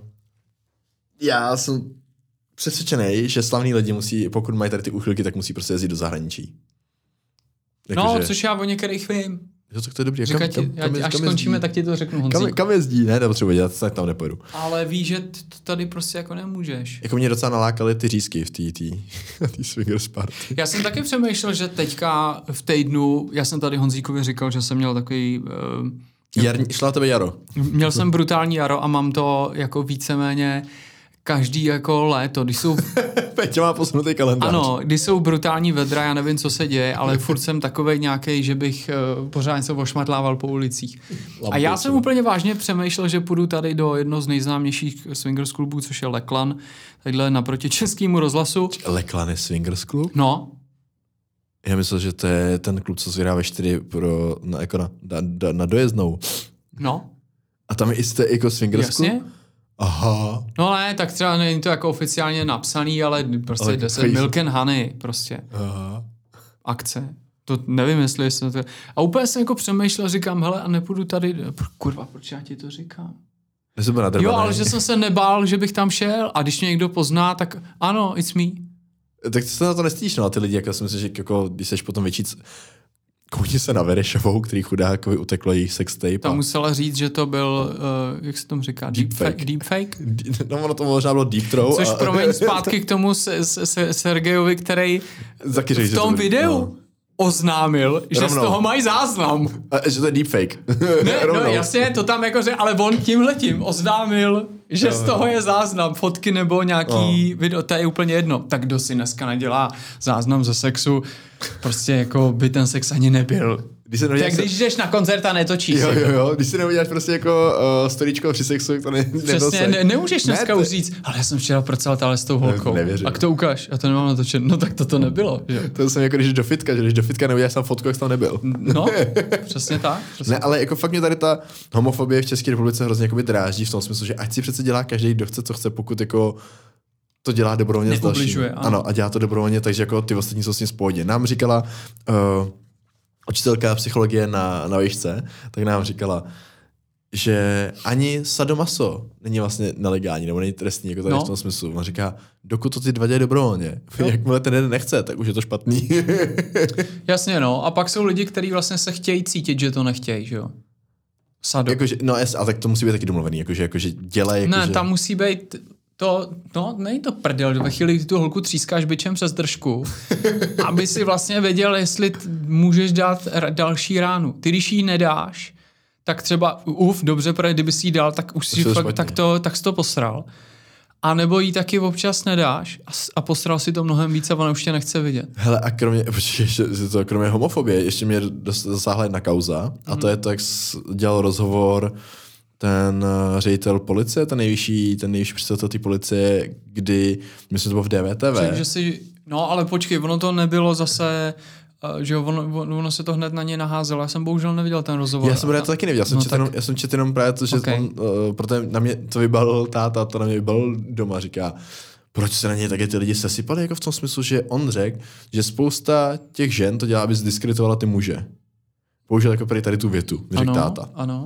já jsem přesvědčený, že slavní lidi musí, pokud mají tady ty úchylky, tak musí prostě jezdit do zahraničí. Jako, no, že... což já o některých vím. Jo, tak to je dobrý. Kam, kam, ti, kam, kam, až kam skončíme, tak ti to řeknu, Honzíku. Kam, kam jezdí? Ne, nepotřebuji vědět, tak tam nepojedu. Ale víš, že t- tady prostě jako nemůžeš. Jako mě docela nalákaly ty řízky v té swingers party. Já jsem taky přemýšlel, že teďka v týdnu, já jsem tady Honzíkovi říkal, že jsem měl takový... Uh, Jarní, šla na tebe jaro. Měl jsem brutální jaro a mám to jako víceméně každý jako léto, když jsou... Peťa má posunutý kalendář. Ano, když jsou brutální vedra, já nevím, co se děje, ale furt jsem takovej nějaký, že bych uh, pořád se ošmatlával po ulicích. A já jsem úplně vážně přemýšlel, že půjdu tady do jednoho z nejznámějších swingers klubů, což je Leklan, tadyhle naproti Českému rozhlasu. Leklan je swingers klub? No. Já myslel, že to je ten klub, co zvírá ve čtyři pro, na, jako na, na, na dojezdnou. No. A tam je jste jako swingers Jasně? klub? Aha. No ne, tak třeba není to jako oficiálně napsaný, ale prostě ale deset Milk and Honey prostě. Aha. Akce. To nevím, jestli jsem to... A úplně jsem jako přemýšlel, říkám, hele, a nepůjdu tady... Kurva, proč já ti to říkám? Jo, ale že jsem se nebál, že bych tam šel a když mě někdo pozná, tak ano, it's me. Tak se na to nestýš, no a ty lidi, jako si myslím, že jako, když seš potom větší, koukni se na Verešovou, který chudákovi uteklo jejich sextape. Tam a... musela říct, že to byl, uh, jak se tomu říká, deepfake. Deepfake? Deep no ono to možná bylo deep throw. Což a... promiň zpátky k tomu se, se, se Sergejovi, který Zaky v tom to videu no. oznámil, že Rovnou. Z toho mají záznam. A, že to je deepfake. Ne, no jasně, to tam jako že, ale on tímhletím oznámil, že no. z toho je záznam, fotky nebo nějaký no. video, to je úplně jedno. Tak kdo si dneska nedělá záznam ze sexu, prostě jako by ten sex ani nebyl. Když se tak když jdeš na koncert a netočíš. Jo, jo, jo, když si neuděláš prostě jako uh, storíčko při sexu, to ne, přesně, ne, nemůžeš dneska ne, už říct, ale já jsem včera pracel ale s tou holkou. Nevěřím. A kdo ukáž? Já to nemám natočen. No tak to to nebylo. Že? To jsem jako když do fitka, že když do fitka neuděláš tam fotku, jak jsi tam nebyl. No, přesně tak. Přesně. Ne, ale jako fakt mě tady ta homofobie v České republice hrozně jako by dráždí v tom smyslu, že ať si přece dělá každý, kdo chce, co chce, pokud jako to dělá dobrovolně s dalším. Ano. ano, a dělá to dobrovolně, takže jako ty ostatní jsou s tím v pohodě. Nám říkala uh, učitelka psychologie na, na výšce, tak nám říkala, že ani sadomaso není vlastně nelegální, nebo není trestní, jako tady no. v tom smyslu. On říká, dokud to ty dva dělají dobrovolně, no. jakmile ten jeden nechce, tak už je to špatný. Jasně, no. A pak jsou lidi, kteří vlastně se chtějí cítit, že to nechtějí, že jo? Sado. Jakože, no a tak to musí být taky domluvený, jakože, jakože dělají. Ne, jakože... tam musí být to, no, není to prdel, ve chvíli, kdy tu holku třískáš bičem přes držku, aby si vlastně věděl, jestli t- můžeš dát r- další ránu. Ty, když jí nedáš, tak třeba, uf, dobře, protože kdyby si jí dal, tak už si fakt, tak to, tak jsi to posral. A nebo jí taky občas nedáš a, a posral si to mnohem víc a ona už tě nechce vidět. Hele, a kromě, počkej, ještě, to, kromě homofobie, ještě mě zasáhla jedna kauza a to je to, jak dělal rozhovor ten uh, ředitel policie, ten nejvyšší, ten nejvyšší představitel té policie, kdy, myslím, to bylo v D V T V. Že, že si, no ale počkej, ono to nebylo zase, uh, že ono, ono se to hned na ně naházelo. Já jsem bohužel neviděl ten rozhovor. Já jsem to taky neviděl, já jsem, no, čet, tak... jenom, já jsem čet jenom právě to, že okay. on, uh, protože na mě to vybalil táta, to na mě vybalil doma, říká, proč se na něj také ty lidi sesypali, jako v tom smyslu, že on řekl, že spousta těch žen to dělá, aby zdiskreditovala ty muže. Použil jako tady, tady tu větu, řekl táta. Ano.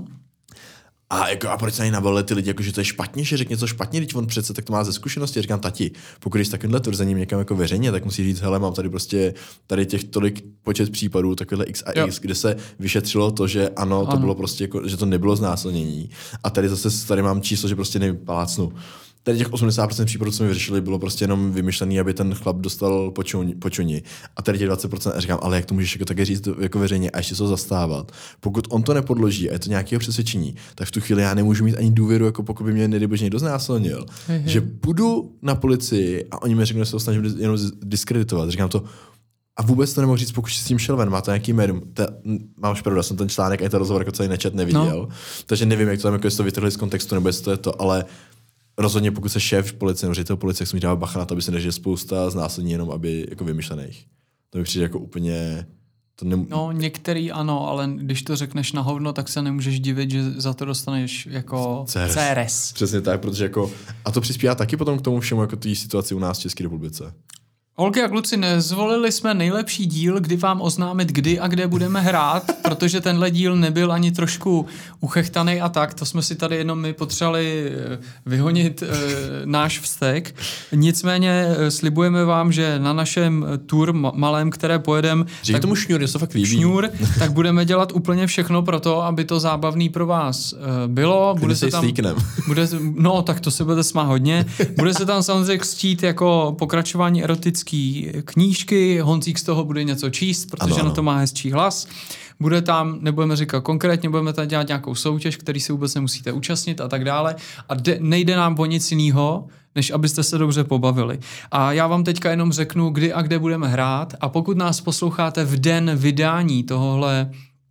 A, jako, a proč se na něj nabalili ty lidi, jako, že to je špatně, že řekne něco špatně, když on přece tak to má ze zkušenosti. Já říkám, tati, pokud jsi takovýmhle tvrzením někam jako veřejně, tak musí říct, hele, mám tady prostě tady těch tolik počet případů, takovýhle X a X, jo. kde se vyšetřilo to, že ano, to ano. bylo prostě jako, že to nebylo znásilnění. A tady zase tady mám číslo, že prostě nevypalácnu. Tady těch osmdesát procent případů, co mi vyřešili, bylo prostě jenom vymyšlený, aby ten chlap dostal počuni. počuni. A tady těch dvacet procent a říkám, ale jak to můžeš jako také říct jako veřejně a ještě se zastávat. Pokud on to nepodloží a je to nějakého přesvědčení, tak v tu chvíli já nemůžu mít ani důvěru, jako pokud by mě nedejbož někdo znásilnil. Hey, hey. Že půjdu na policii a oni mi řeknou, že se to snažím jenom diskreditovat. Říkám to, a vůbec to nemohu říct, pokud jsi s tím šel ven, má to nějaký médium. Mám už pravdu, já jsem ten článek a ten rozhovor jako celý nečet neviděl. No. Takže nevím, jak to tam jako jestli to vytrhli z kontextu, nebo jestli to je to, ale rozhodně pokud se šéf policie nebo ředitel policie, tak se mi dává bacha na to, aby se nežil spousta znásilnění jenom aby jako vymyšlených. To mi přijde jako úplně... To nem... No některý ano, ale když to řekneš na hovno, tak se nemůžeš divit, že za to dostaneš jako C R S. Přesně tak, protože jako... A to přispívá taky potom k tomu všemu jako té situaci u nás v České republice. Holky a kluci, nezvolili jsme nejlepší díl, kdy vám oznámit, kdy a kde budeme hrát, protože tenhle díl nebyl ani trošku uchechtaný a tak, to jsme si tady jenom my potřebovali vyhonit e, náš vztek. Nicméně slibujeme vám, že na našem tour malém, které pojedeme... Říkej tomu šňůr, je to fakt líbí. Šňůr, tak budeme dělat úplně všechno pro to, aby to zábavný pro vás e, bylo. Bude se tam, bude, no, tak to se bude smát hodně. Bude se tam samozřejmě křtít jako pokračování erotický knížky, Honzík z toho bude něco číst, protože ano, ano. na to má hezčí hlas. Bude tam, nebudeme říkat konkrétně, budeme tam dělat nějakou soutěž, který si vůbec nemusíte účastnit a tak dále. A de, nejde nám o nic jiného, než abyste se dobře pobavili. A já vám teďka jenom řeknu, kdy a kde budeme hrát. A pokud nás posloucháte v den vydání tohohle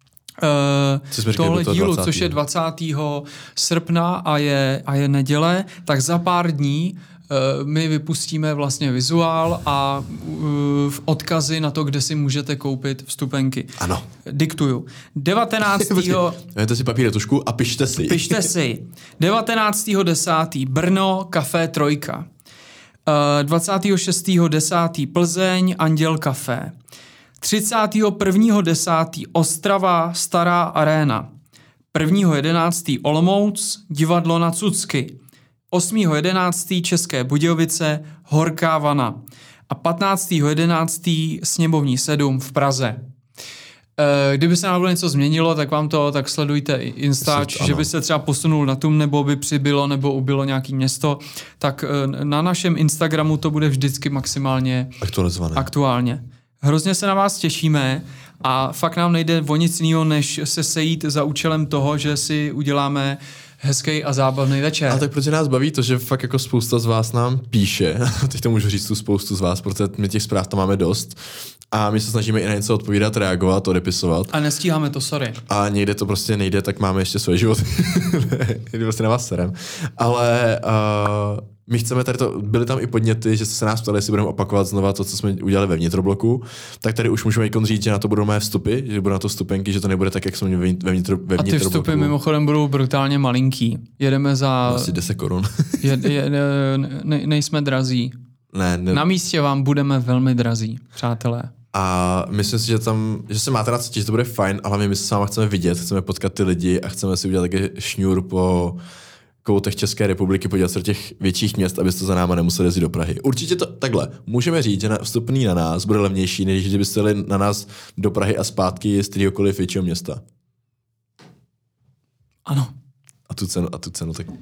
Uh, tohle dílu, dvacátého což je dvacátého srpna a je, a je neděle, tak za pár dní uh, my vypustíme vlastně vizuál a uh, odkazy na to, kde si můžete koupit vstupenky. Ano. Diktuju. devatenáctého Dajte si papír tušku a pište si. Pište si. devatenáctého desátého Brno, Café Trojka. Uh, dvacátého šestého desátého Plzeň, Anděl Café. třicátého prvního desátého Ostrava, Stará Arena. prvního jedenáctého Olomouc, divadlo na Cucky. osmého jedenáctého České Budějovice, Horká vana. A patnáctého jedenáctého Sněmovní sedm v Praze. Kdyby se náhodou něco změnilo, tak vám to, tak sledujte Instač, že by se třeba posunul na tum, nebo by přibylo, nebo ubylo nějaký město, tak na našem Instagramu to bude vždycky maximálně aktualizované. Aktuálně. Hrozně se na vás těšíme a fakt nám nejde o nic jiného, než se sejít za účelem toho, že si uděláme hezký a zábavný večer. A tak protože nás baví to, že fakt jako spousta z vás nám píše, teď to můžu říct tu spoustu z vás, protože my těch zpráv tam máme dost a my se snažíme i na něco odpovídat, reagovat, odepisovat. A nestíháme to, sorry. A někde to prostě nejde, tak máme ještě svoje životy. Jde prostě na vás serem. Ale uh, my chceme tady to, byly tam i podněty, že jste se nás ptali, jestli budeme opakovat znova to, co jsme udělali ve vnitrobloku, tak tady už můžeme ikon říct, že na to budou mé vstupy, že budou na to vstupenky, že to nebude tak, jak jsme měli ve, vnitro, ve vnitrobloku. A ty vstupy mimochodem budou brutálně malinký. Jedeme za... Asi deset korun. je, je, ne, nejsme drazí. Ne, ne. Na místě vám budeme velmi drazí, přátelé. A myslím si, že tam, že se máte na co, že to bude fajn, ale my se s váma chceme vidět, chceme potkat ty lidi a chceme si udělat taky šňůr po koutech České republiky, podívat se do těch větších měst, abyste za náma nemuseli jezdit do Prahy. Určitě to takhle. Můžeme říct, že na, vstupný na nás bude levnější, než kdybyste jeli na nás do Prahy a zpátky z kteréhokoliv většího města. Ano. A tu cenu, a tu cenu tak...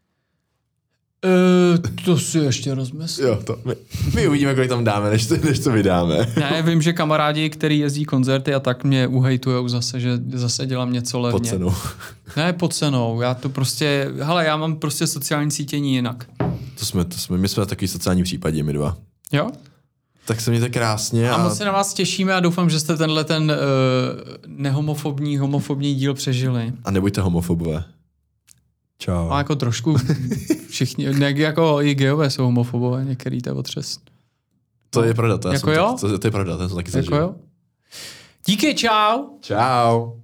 Uh, to si ještě rozmyslím. Jo, to my, my uvidíme, kolik tam dáme, než to, než to vydáme. Ne, vím, že kamarádi, který jezdí koncerty a tak mě uhejtujou zase, že zase dělám něco levně. Pod cenou. Ne, pod cenou. Já to prostě, hele, já mám prostě sociální cítění jinak. To jsme, to jsme, my jsme takový sociální případě, my dva. Jo? Tak se mějte krásně. A, a moc se na vás těšíme a doufám, že jste tenhle ten uh, nehomofobní, homofobní díl přežili. A nebuďte homofobové. Čau. A jako trošku všichni, ne, jako i geové jsou homofobové, některý to je otřes. To je pravda, to, jako jsem, jo? to, to, to je pravda, to jsem taky zažil. Jako jo? Díky, čau! Čau.